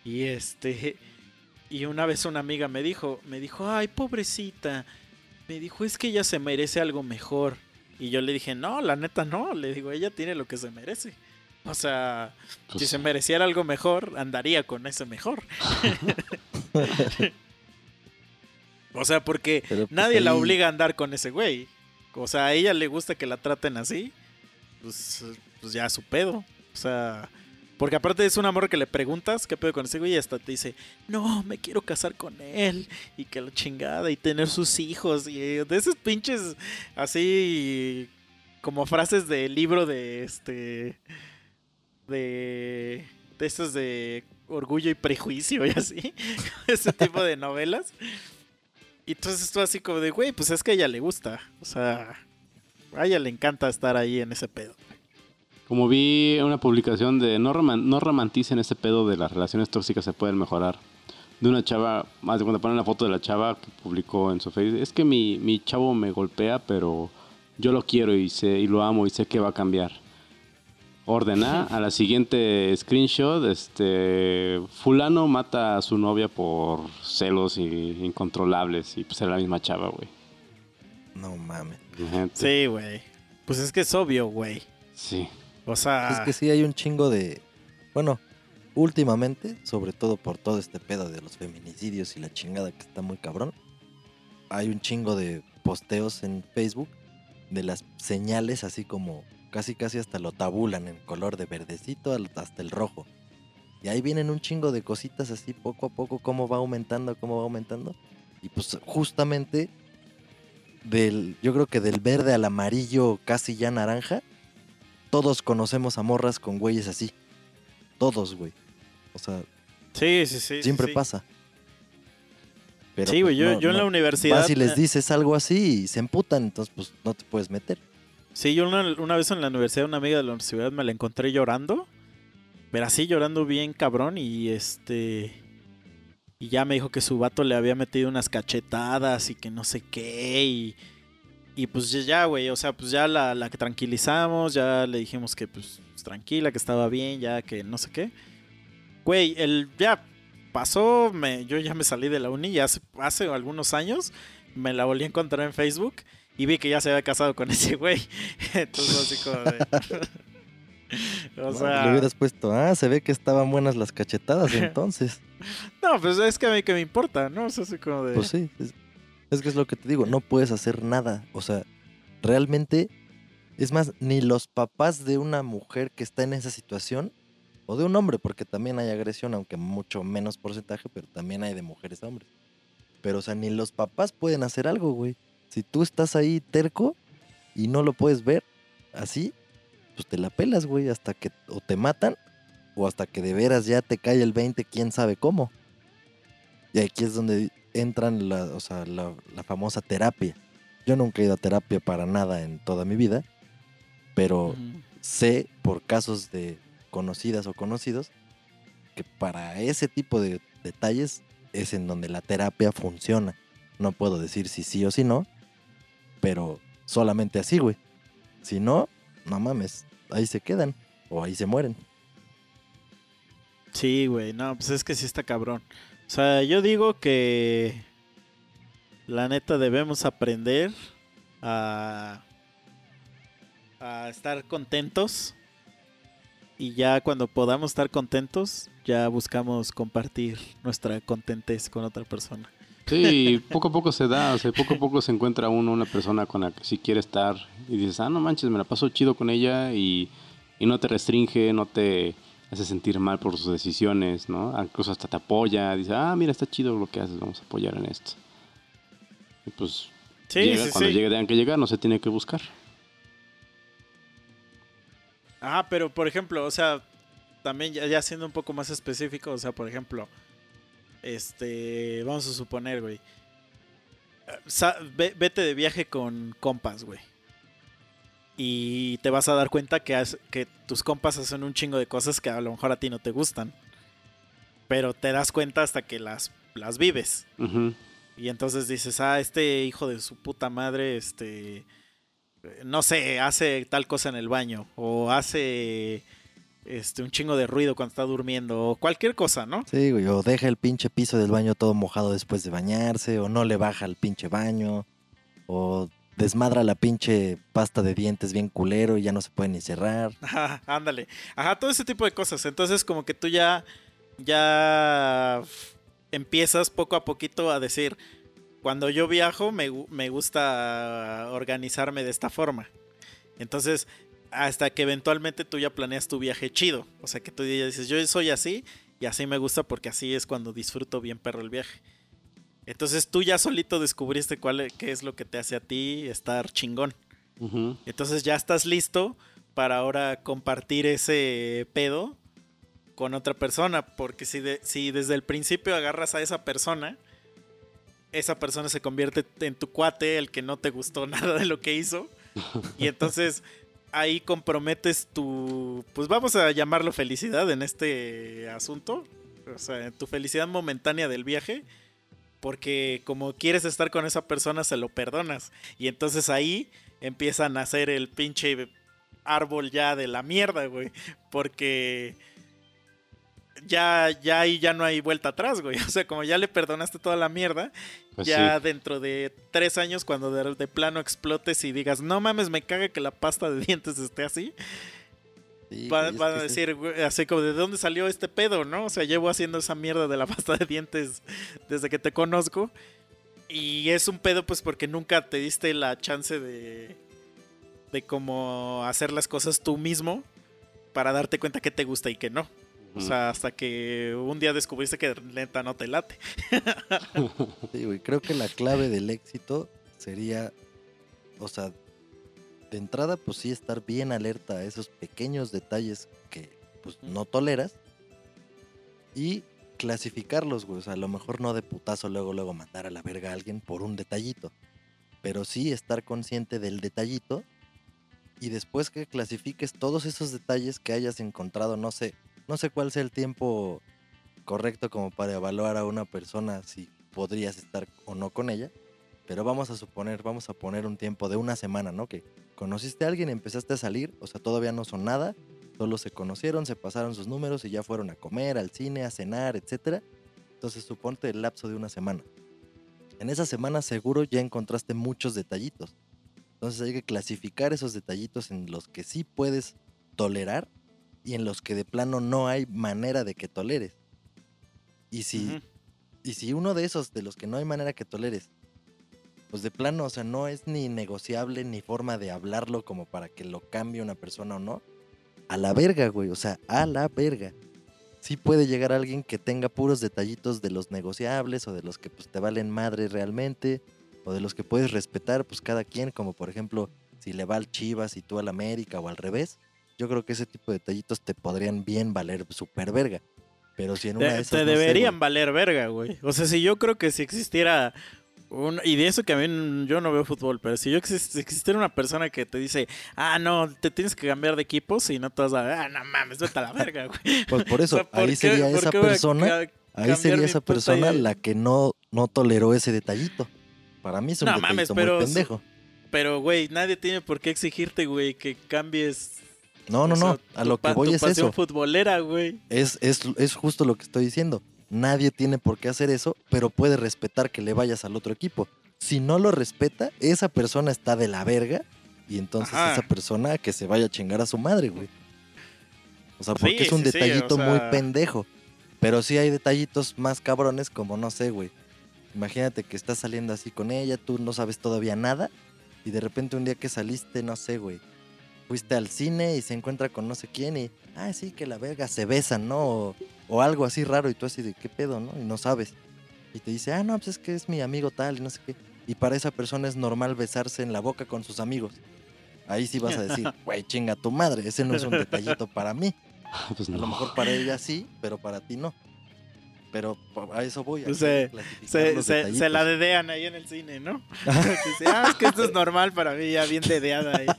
Y una vez una amiga me dijo, ay, pobrecita. Me dijo, es que ella se merece algo mejor. Y yo le dije, no, la neta no. Le digo, ella tiene lo que se merece. O sea, pues si se mereciera algo mejor, andaría con ese mejor. O sea, porque pues nadie la obliga a andar con ese güey. O sea, a ella le gusta que la traten así. Pues ya su pedo. O sea, porque aparte es una morra que le preguntas qué pedo con ese güey y hasta te dice, no, me quiero casar con él. Y que la chingada y tener sus hijos. Y de esos pinches así como frases de libro de de esos de Orgullo y Prejuicio y así. Ese tipo de novelas. Y entonces tú así como de, güey, pues es que a ella le gusta. O sea, a ella le encanta estar ahí en ese pedo. Como vi una publicación de no romanticen ese pedo de las relaciones tóxicas, se pueden mejorar. De una chava, más de cuando ponen la foto de la chava que publicó en su Facebook, es que mi chavo me golpea, pero yo lo quiero y lo amo y sé que va a cambiar. Ordena a la siguiente screenshot, fulano mata a su novia por celos incontrolables y pues era la misma chava, güey. No mames. Sí, güey. Pues es que es obvio, güey. Sí. O sea... Es que sí hay un chingo de... Bueno, últimamente, sobre todo por todo este pedo de los feminicidios y la chingada que está muy cabrón, hay un chingo de posteos en Facebook de las señales así como casi hasta lo tabulan en color de verdecito hasta el rojo. Y ahí vienen un chingo de cositas así poco a poco, cómo va aumentando. Y pues justamente yo creo que del verde al amarillo casi ya naranja, todos conocemos a morras con güeyes así. Todos, güey. O sea, sí, siempre pasa. Pero sí, güey, pues, yo en la universidad... Vas y les dices algo así y se emputan, entonces pues no te puedes meter. Sí, yo una vez en la universidad, una amiga de la universidad me la encontré llorando. Pero así llorando bien cabrón y y ya me dijo que su vato le había metido unas cachetadas y que no sé qué y pues ya, güey, o sea, pues ya la que tranquilizamos, ya le dijimos que pues tranquila, que estaba bien, ya que no sé qué. Güey, ya pasó, yo ya me salí de la uni, ya hace algunos años, me la volví a encontrar en Facebook y vi que ya se había casado con ese güey. Entonces así como de... O sea... Le hubieras puesto, se ve que estaban buenas las cachetadas entonces. No, pues es que a mí que me importa, ¿no? O sea, así como de... Pues sí, es que es lo que te digo, no puedes hacer nada. O sea, realmente, es más, ni los papás de una mujer que está en esa situación, o de un hombre, porque también hay agresión, aunque mucho menos porcentaje, pero también hay de mujeres a hombres. Pero, o sea, ni los papás pueden hacer algo, güey. Si tú estás ahí terco y no lo puedes ver así, pues te la pelas, güey, hasta que o te matan o hasta que de veras ya te cae el 20, quién sabe cómo. Y aquí es donde entran la famosa terapia. Yo nunca he ido a terapia para nada en toda mi vida, pero sé por casos de conocidas o conocidos que para ese tipo de detalles es en donde la terapia funciona. No puedo decir si sí o si no, pero solamente así, güey. Si no, no mames, ahí se quedan o ahí se mueren. Sí, güey, no, pues es que sí está cabrón. O sea, yo digo que la neta debemos aprender a estar contentos y ya cuando podamos estar contentos, ya buscamos compartir nuestra contentez con otra persona. Sí, poco a poco se da, o sea, poco a poco se encuentra uno una persona con la que sí quiere estar y dices, no manches, me la paso chido con ella y no te restringe, no te hace sentir mal por sus decisiones, ¿no? Incluso hasta te apoya, dice, mira, está chido lo que haces, vamos a apoyar en esto. Y pues Sí, cuando llegue tengan que llegar, no se tiene que buscar. Pero por ejemplo, o sea, también ya siendo un poco más específico, o sea, por ejemplo, vamos a suponer, güey, vete de viaje con compas, güey. Y te vas a dar cuenta que tus compas hacen un chingo de cosas que a lo mejor a ti no te gustan. Pero te das cuenta hasta que las vives. Uh-huh. Y entonces dices, este hijo de su puta madre, no sé, hace tal cosa en el baño. O hace un chingo de ruido cuando está durmiendo. O cualquier cosa, ¿no? Sí, güey, o deja el pinche piso del baño todo mojado después de bañarse, o no le baja al pinche baño, o desmadra la pinche pasta de dientes bien culero y ya no se puede ni cerrar. Ajá, ándale. Ajá, todo ese tipo de cosas. Entonces como que tú ya empiezas poco a poquito a decir, cuando yo viajo me gusta organizarme de esta forma. Entonces, hasta que eventualmente tú ya planeas tu viaje chido. O sea, que tú ya dices, yo soy así y así me gusta porque así es cuando disfruto bien perro el viaje. Entonces tú ya solito descubriste qué es lo que te hace a ti estar chingón. Uh-huh. Entonces ya estás listo para ahora compartir ese pedo con otra persona. Porque si desde el principio agarras a esa persona se convierte en tu cuate, el que no te gustó nada de lo que hizo. Y entonces ahí comprometes pues vamos a llamarlo felicidad en este asunto. O sea, tu felicidad momentánea del viaje. Porque como quieres estar con esa persona, se lo perdonas. Y entonces ahí empieza a nacer el pinche árbol ya de la mierda, güey. Porque ya ahí ya no hay vuelta atrás, güey. O sea, como ya le perdonaste toda la mierda, pues ya sí. dentro de 3 años, cuando de plano explotes y digas, no mames, me caga que la pasta de dientes esté así. Sí, Van a sí. decir, güey, así como, ¿de dónde salió este pedo, no? O sea, llevo haciendo esa mierda de la pasta de dientes desde que te conozco. Y es un pedo, pues, porque nunca te diste la chance de cómo hacer las cosas tú mismo para darte cuenta que te gusta y que no. O sea, hasta que un día descubriste que neta no te late. Sí, güey, creo que la clave del éxito sería, o sea, de entrada, pues sí, estar bien alerta a esos pequeños detalles que pues no toleras y clasificarlos, güey. O sea, a lo mejor no de putazo luego mandar a la verga a alguien por un detallito, pero sí estar consciente del detallito y después que clasifiques todos esos detalles que hayas encontrado, no sé cuál sea el tiempo correcto como para evaluar a una persona si podrías estar o no con ella. Pero vamos a poner un tiempo de una semana, ¿no? Que conociste a alguien, empezaste a salir, o sea, todavía no son nada, solo se conocieron, se pasaron sus números y ya fueron a comer, al cine, a cenar, etcétera. Entonces suponte el lapso de una semana. En esa semana seguro ya encontraste muchos detallitos. Entonces hay que clasificar esos detallitos en los que sí puedes tolerar y en los que de plano no hay manera de que toleres. Y si uno de esos de los que no hay manera que toleres, pues de plano, o sea, no es ni negociable ni forma de hablarlo como para que lo cambie una persona o no. A la verga, güey, o sea, a la verga. Sí puede llegar alguien que tenga puros detallitos de los negociables o de los que pues te valen madre realmente o de los que puedes respetar pues cada quien, como por ejemplo, si le va al Chivas y tú al América o al revés. Yo creo que ese tipo de detallitos te podrían bien valer super verga. Pero si en una de esas Te no sé, deberían güey. valer verga, güey. O sea, si yo creo que si existiera y de eso que a mí yo no veo fútbol, pero si existiera una persona que te dice, no, te tienes que cambiar de equipo, si no te vas a, no mames, vete a la verga, güey. Pues por eso, O sea, ¿por ahí qué- sería por esa qué voy a persona, ahí cambiar sería mi esa puta persona idea? la que no toleró ese detallito. Para mí es un No detallito mames, muy pero pendejo. Pero, güey, nadie tiene por qué exigirte, güey, que cambies. No, O sea, a lo que voy tu es pasión eso. futbolera, güey. Es justo lo que estoy diciendo. Nadie tiene por qué hacer eso, pero puede respetar que le vayas al otro equipo. Si no lo respeta, esa persona está de la verga y entonces Ajá. esa persona que se vaya a chingar a su madre, güey. O sea, porque Sí, es un sí, detallito o sea, muy pendejo. Pero sí hay detallitos más cabrones como, no sé, güey. Imagínate que estás saliendo así con ella, tú no sabes todavía nada, y de repente un día que saliste, no sé, güey, fuiste al cine y se encuentra con no sé quién y, sí, que la verga, se besan, ¿no? O algo así raro y tú así de, ¿qué pedo, no? Y no sabes. Y te dice, no, pues es que es mi amigo tal y no sé qué. Y para esa persona es normal besarse en la boca con sus amigos. Ahí sí vas a decir, güey, chinga tu madre, ese no es un detallito para mí. Pues A lo no. mejor para ella sí, pero para ti no. Pero a eso voy. Pues A clasificar los se detallitos. la dedean ahí en el cine, ¿no? Dice, es que esto es normal para mí, ya bien dedeada ahí.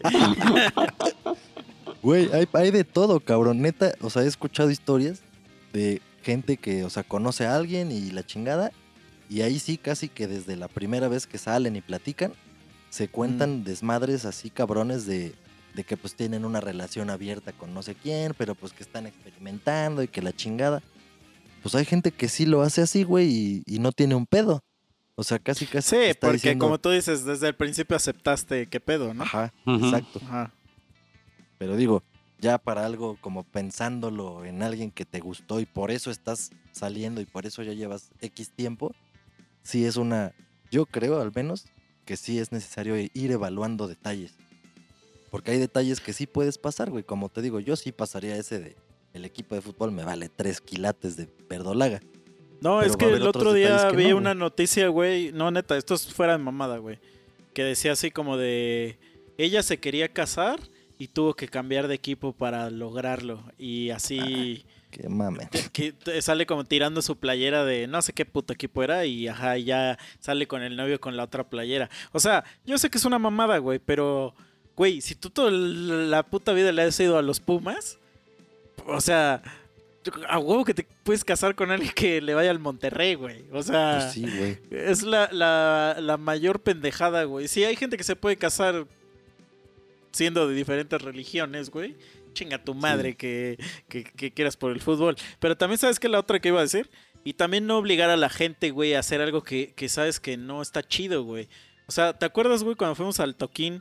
Güey, hay de todo, cabrón. Neta, o sea, he escuchado historias de gente que, o sea, conoce a alguien y la chingada. Y ahí sí, casi que desde la primera vez que salen y platican, se cuentan desmadres así cabrones de que pues tienen una relación abierta con no sé quién, pero pues que están experimentando y que la chingada. Pues hay gente que sí lo hace así, güey, y no tiene un pedo. O sea, casi te Sí, está porque diciendo, como tú dices, desde el principio aceptaste qué pedo, ¿no? ajá, Ujú. exacto. Ajá. Pero digo, ya para algo como pensándolo en alguien que te gustó y por eso estás saliendo y por eso ya llevas X tiempo, sí es yo creo al menos que sí es necesario ir evaluando detalles. Porque hay detalles que sí puedes pasar, güey. Como te digo, yo sí pasaría ese de el equipo de fútbol me vale 3 quilates de verdolaga. No, Pero es va a que haber el otros otro detalles día que vi no, una güey. noticia, güey. No, neta, esto es fuera de mamada, güey. Que decía así como de... Ella se quería casar y tuvo que cambiar de equipo para lograrlo. Y así... Que mamen. Sale como tirando su playera de no sé qué puto equipo era y ajá, ya sale con el novio con la otra playera. O sea, yo sé que es una mamada, güey, pero, güey, si tú toda la puta vida le has ido a los Pumas, o sea, a huevo que te puedes casar con alguien que le vaya al Monterrey, güey. O sea, Pues sí, güey. es la mayor pendejada, güey. Sí, hay gente que se puede casar siendo de diferentes religiones, güey. Chinga tu madre Sí. que quieras por el fútbol. Pero también sabes que la otra que iba a decir. Y también no obligar a la gente, güey, a hacer algo que sabes que no está chido, güey. O sea, ¿te acuerdas, güey, cuando fuimos al toquín?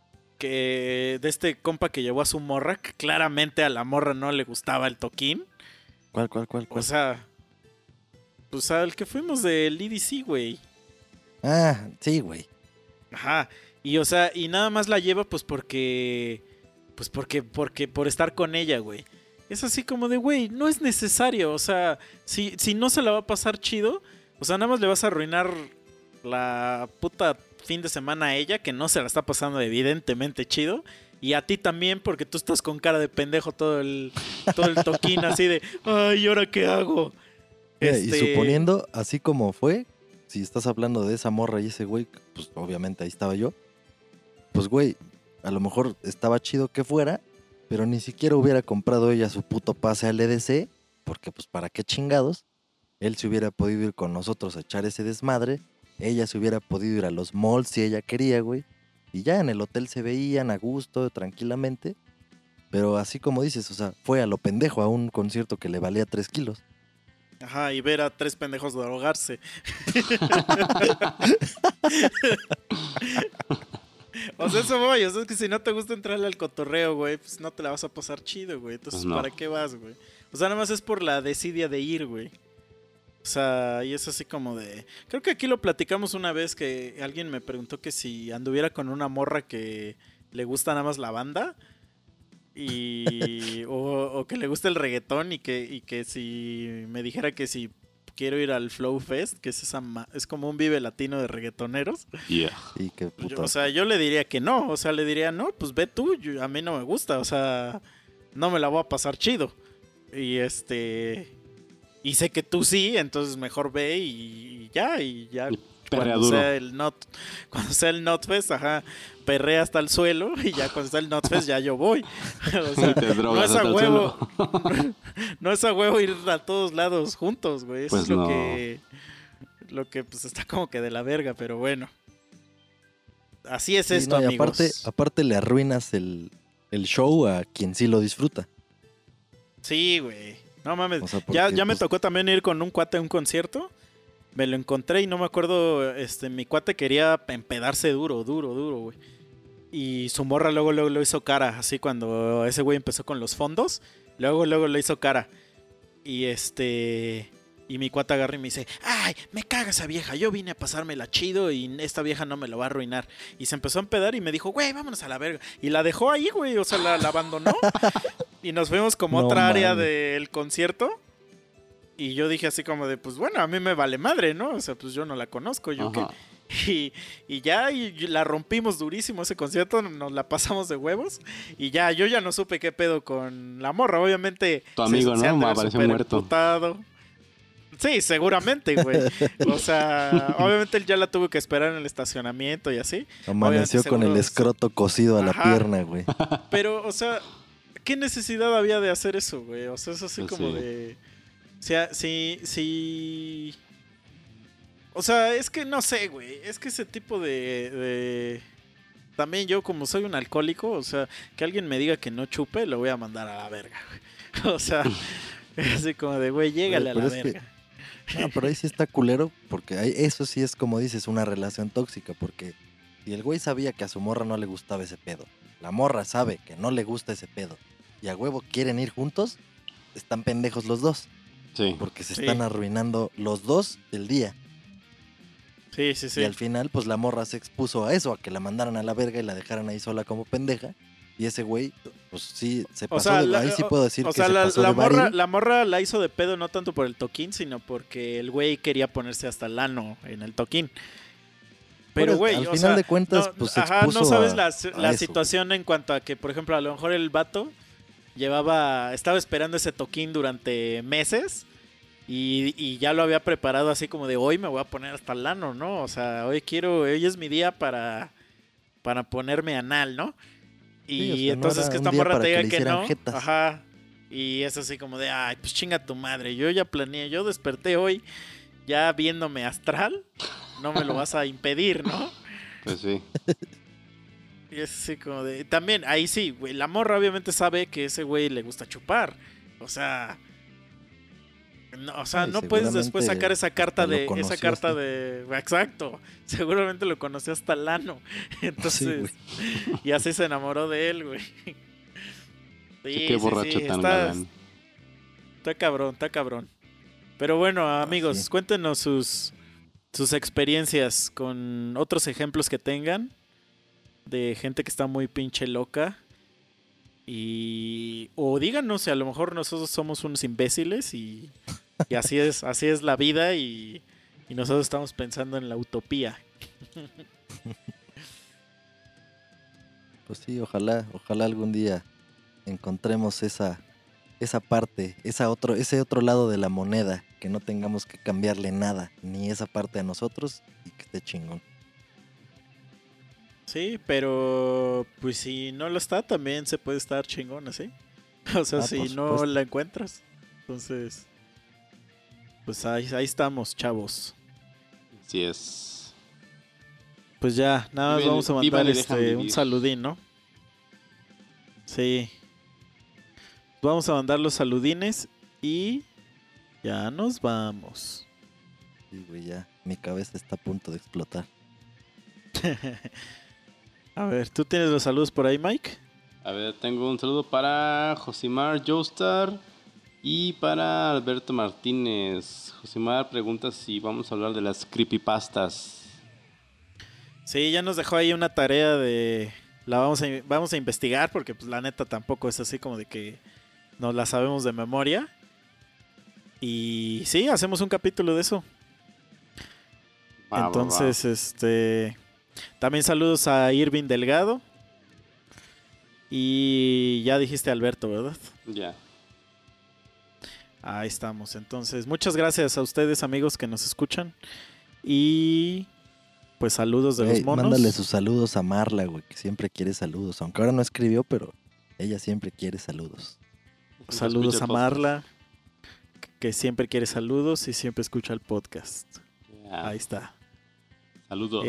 Que de este compa que llevó a su morra, que claramente a la morra no le gustaba el toquín. ¿Cuál? O sea, pues al que fuimos del EDC, güey. Sí, güey. Ajá. Y o sea, y nada más la lleva pues porque por estar con ella, güey. Es así como de, güey, no es necesario, o sea, si no se la va a pasar chido, o sea, nada más le vas a arruinar la puta fin de semana a ella, que no se la está pasando evidentemente chido, y a ti también, porque tú estás con cara de pendejo todo el toquín, así de, ay, ¿y ahora qué hago? Mira, y suponiendo, así como fue, si estás hablando de esa morra y ese güey, pues obviamente ahí estaba yo, pues güey, a lo mejor estaba chido que fuera, pero ni siquiera hubiera comprado ella su puto pase al EDC, porque pues para qué chingados, él se hubiera podido ir con nosotros a echar ese desmadre, ella se hubiera podido ir a los malls si ella quería, güey, y ya en el hotel se veían a gusto, tranquilamente, pero así como dices, o sea, fue a lo pendejo a un concierto que le valía 3 kilos. Ajá, y ver a 3 pendejos drogarse. O sea, eso voy, o sea, es que si no te gusta entrarle al cotorreo, güey, pues no te la vas a pasar chido, güey. Entonces, Pues no. ¿para qué vas, güey? O sea, nada más es por la desidia de ir, güey. O sea, y es así como de... Creo que aquí lo platicamos una vez que alguien me preguntó que si anduviera con una morra que le gusta nada más la banda o que le gusta el reggaetón y que si me dijera que si quiero ir al Flow Fest, que es es como un Vive Latino de reggaetoneros. Yeah. Y qué puto. O sea, yo le diría que no, o sea, le diría, no, pues ve tú, a mí no me gusta, o sea, no me la voy a pasar chido. Y y sé que tú sí, entonces mejor ve y ya. Perrea Cuando duro. sea el Notfest, ajá, perrea hasta el suelo y ya cuando está el Notfest ya yo voy. O sea, Y te no drogas es a hasta el huevo, suelo. no es a huevo ir a todos lados juntos, güey. Eso Pues es lo no. que pues está como que de la verga, pero bueno. Así es Sí, esto, no, y amigos. aparte le arruinas el show a quien sí lo disfruta. Sí, güey. No mames. O sea, Ya porque, me pues, tocó también ir con un cuate a un concierto. Me lo encontré y no me acuerdo. Mi cuate quería empedarse duro, güey. Y su morra luego lo hizo cara. Así cuando ese güey empezó con los fondos. Luego le hizo cara. Y Y mi cuata agarra y me dice, ay, me caga esa vieja, yo vine a pasármela chido y esta vieja no me lo va a arruinar. Y se empezó a empedar y me dijo, güey, vámonos a la verga. Y la dejó ahí, güey, o sea, la abandonó. Y nos fuimos como a otra área del concierto. Y yo dije así como de, pues bueno, a mí me vale madre, ¿no? O sea, pues yo no la conozco, yo qué. Y la rompimos durísimo ese concierto, nos la pasamos de huevos. Y ya, yo ya no supe qué pedo con la morra. Obviamente, tu amigo, ¿no? Me apareció muerto. Emputado. Sí, seguramente, güey. O sea, obviamente él ya la tuvo que esperar en el estacionamiento y así. Amaneció con el escroto cosido a la pierna, güey. Pero, o sea, ¿qué necesidad había de hacer eso, güey? O sea, es así pues como de... O sea, sí... O sea, es que no sé, güey. Es que ese tipo de... También yo, como soy un alcohólico, o sea, que alguien me diga que no chupe, lo voy a mandar a la verga, güey. O sea, así como de, güey, llégale a la verga. No, pero ahí sí está culero, porque eso sí es, como dices, una relación tóxica, porque si el güey sabía que a su morra no le gustaba ese pedo, la morra sabe que no le gusta ese pedo, y a huevo quieren ir juntos, están pendejos los dos. Sí. Porque se están arruinando los dos el día. Sí. Y al final, pues la morra se expuso a eso, a que la mandaran a la verga y la dejaran ahí sola como pendeja. Y ese güey, pues sí, se pasó ahí sí puedo decir que se pasó de varil. La morra la hizo de pedo no tanto por el toquín, sino porque el güey quería ponerse hasta el ano en el toquín. Pero, güey, al final de cuentas, pues se expuso no sabes la situación en cuanto a que, por ejemplo, a lo mejor el vato estaba esperando ese toquín durante meses y ya lo había preparado así como de hoy me voy a poner hasta el ano, ¿no? O sea, hoy es mi día para ponerme anal, ¿no? Y sí, o sea, entonces no que esta morra te diga que no. Jetas. Ajá. Y es así como de, ay, pues chinga tu madre. Yo ya planeé, yo desperté hoy ya viéndome astral. No me lo vas a impedir, ¿no? Pues sí. Y es así como de... También, ahí sí, güey. La morra obviamente sabe que ese güey le gusta chupar. O sea... No puedes después sacar esa carta de... Exacto. Seguramente lo conoció hasta el ano. Entonces... Sí, y así se enamoró de él, güey. Sí, qué borracho tan galán. Está cabrón. Pero bueno, amigos, cuéntenos sus experiencias con otros ejemplos que tengan de gente que está muy pinche loca. O díganos si a lo mejor nosotros somos unos imbéciles y así es la vida y nosotros estamos pensando en la utopía. Pues sí, ojalá algún día encontremos esa parte, ese otro lado de la moneda, que no tengamos que cambiarle nada, ni esa parte a nosotros, y que esté chingón. Sí, pero pues si no lo está, también se puede estar chingón, ¿sí? O sea, si no la encuentras. Entonces, pues ahí estamos, chavos. Así es. Pues ya, nada más vamos a mandar un saludín, ¿no? Sí. Vamos a mandar los saludines y ya nos vamos. Sí, güey, ya. Mi cabeza está a punto de explotar. A ver, ¿tú tienes los saludos por ahí, Mike? A ver, tengo un saludo para Josimar Joestar y para Alberto Martínez. Josimar pregunta si vamos a hablar de las creepypastas. Sí, ya nos dejó ahí una tarea de... vamos a investigar porque pues la neta tampoco es así como de que nos la sabemos de memoria. Y sí, hacemos un capítulo de eso. Entonces, también saludos a Irving Delgado. Y ya dijiste Alberto, ¿verdad? Ya. Ahí estamos. Entonces, muchas gracias a ustedes, amigos, que nos escuchan. Y pues saludos de los monos. Mándale sus saludos a Marla, güey, que siempre quiere saludos. Aunque ahora no escribió, pero ella siempre quiere saludos. Saludos a Marla, que siempre quiere saludos y siempre escucha el podcast. Yeah. Ahí está. Saludos.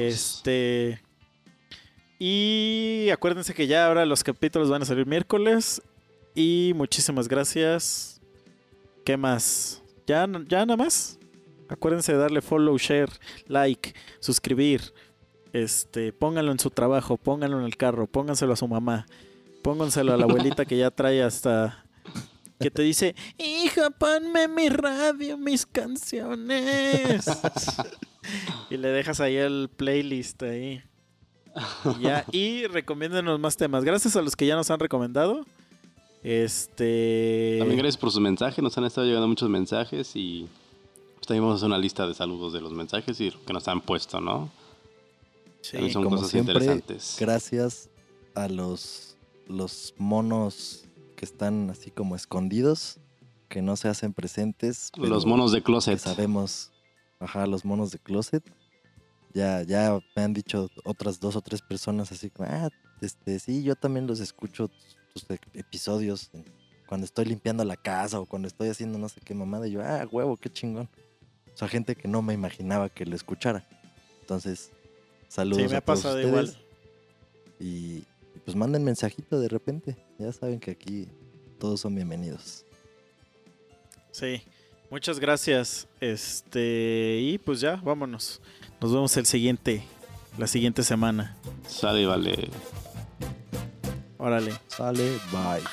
Y acuérdense que ya ahora los capítulos van a salir miércoles. Y muchísimas gracias. ¿Qué más? ¿Ya nada más? Acuérdense de darle follow, share, like, suscribir. Pónganlo en su trabajo, pónganlo en el carro, pónganselo a su mamá, pónganselo a la abuelita que ya trae hasta que te dice, hija, ponme mi radio, mis canciones. Y le dejas ahí el playlist ahí. Y ya, y recomiéndenos más temas. Gracias a los que ya nos han recomendado. También gracias por sus mensajes. Nos han estado llegando muchos mensajes y pues también vamos a hacer una lista de saludos de los mensajes y lo que nos han puesto, ¿no? Sí, también son como cosas siempre, interesantes. gracias a los monos que están así como escondidos, que no se hacen presentes. pero Los monos de que closet. sabemos, los monos de closet. Ya me han dicho otras 2 o 3 personas así como, sí, yo también los escucho tus episodios cuando estoy limpiando la casa o cuando estoy haciendo no sé qué mamada. Y yo, huevo, qué chingón. O sea, gente que no me imaginaba que lo escuchara. Entonces, saludos Sí, me a ha todos pasado ustedes. igual. Y pues manden mensajito de repente. Ya saben que aquí todos son bienvenidos. Sí, muchas gracias. Y pues ya, vámonos. Nos vemos la siguiente semana. Sale, vale. Órale. Sale, bye.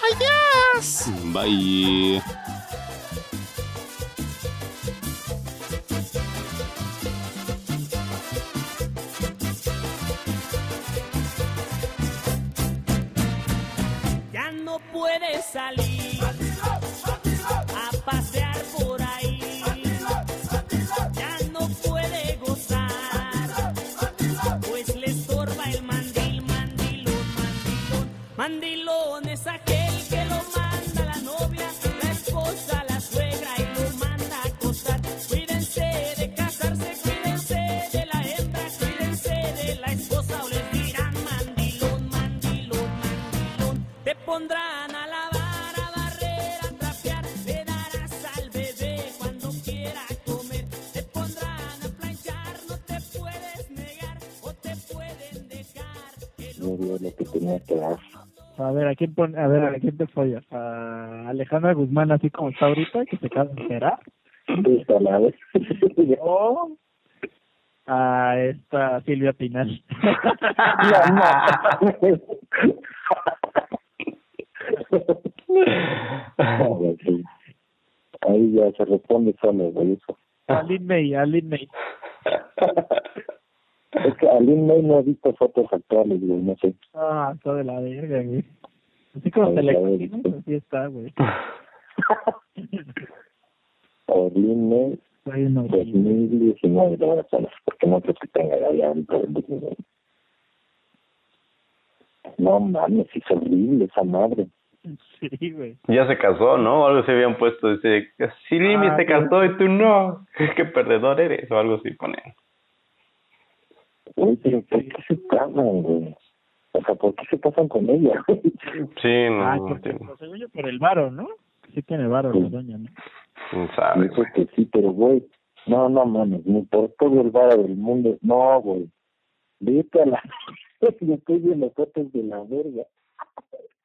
Bye. Ya no puedes salir a pasear por ahí. Ya no puede gozar, pues le estorba el mandilón es aquel que lo manda la novia, la esposa, la suegra y lo manda a acostar. Cuídense de casarse, cuídense de la hembra, cuídense de la esposa o les dirán mandilón. Te pondrán a lavar, a barrer, a trapear, le darás al bebé cuando quiera comer. Te pondrán a planchar, no te puedes negar o te pueden dejar. No dio lo que tenía que dar. A ver, ¿a quién te follas? ¿A Alejandra Guzmán, así como está ahorita, que se acaba de enterar? Esta la vez. ¿O a esta Silvia Pinal? Sí. Ahí ya se responde solo, güey, eso. A Lin May. Es que Aline May no ha visto fotos actuales, güey, no sé. Está de la verga, güey. Así como te la imaginas, así está, güey. Aline May, Soy un horrible. 2019 de Venezuela, porque no creo que tenga ya dentro del 2019. No mames, es horrible esa madre. Sí, güey. Ya se casó, ¿no? O algo se habían puesto. Dice, si Limi se casó y tú no. Qué perdedor eres. O algo así ponen. Uy, pero ¿por qué se casan, güey? O sea, ¿por qué se casan con ella? Sí, no porque, entiendo. según yo, por el varo, ¿no? Sí tiene varo la doña, ¿no? No sabe, Dice que sí, pero güey, no mames, ni por todo el varo del mundo, no, güey. Vete a la... Después de los fotos de la verga.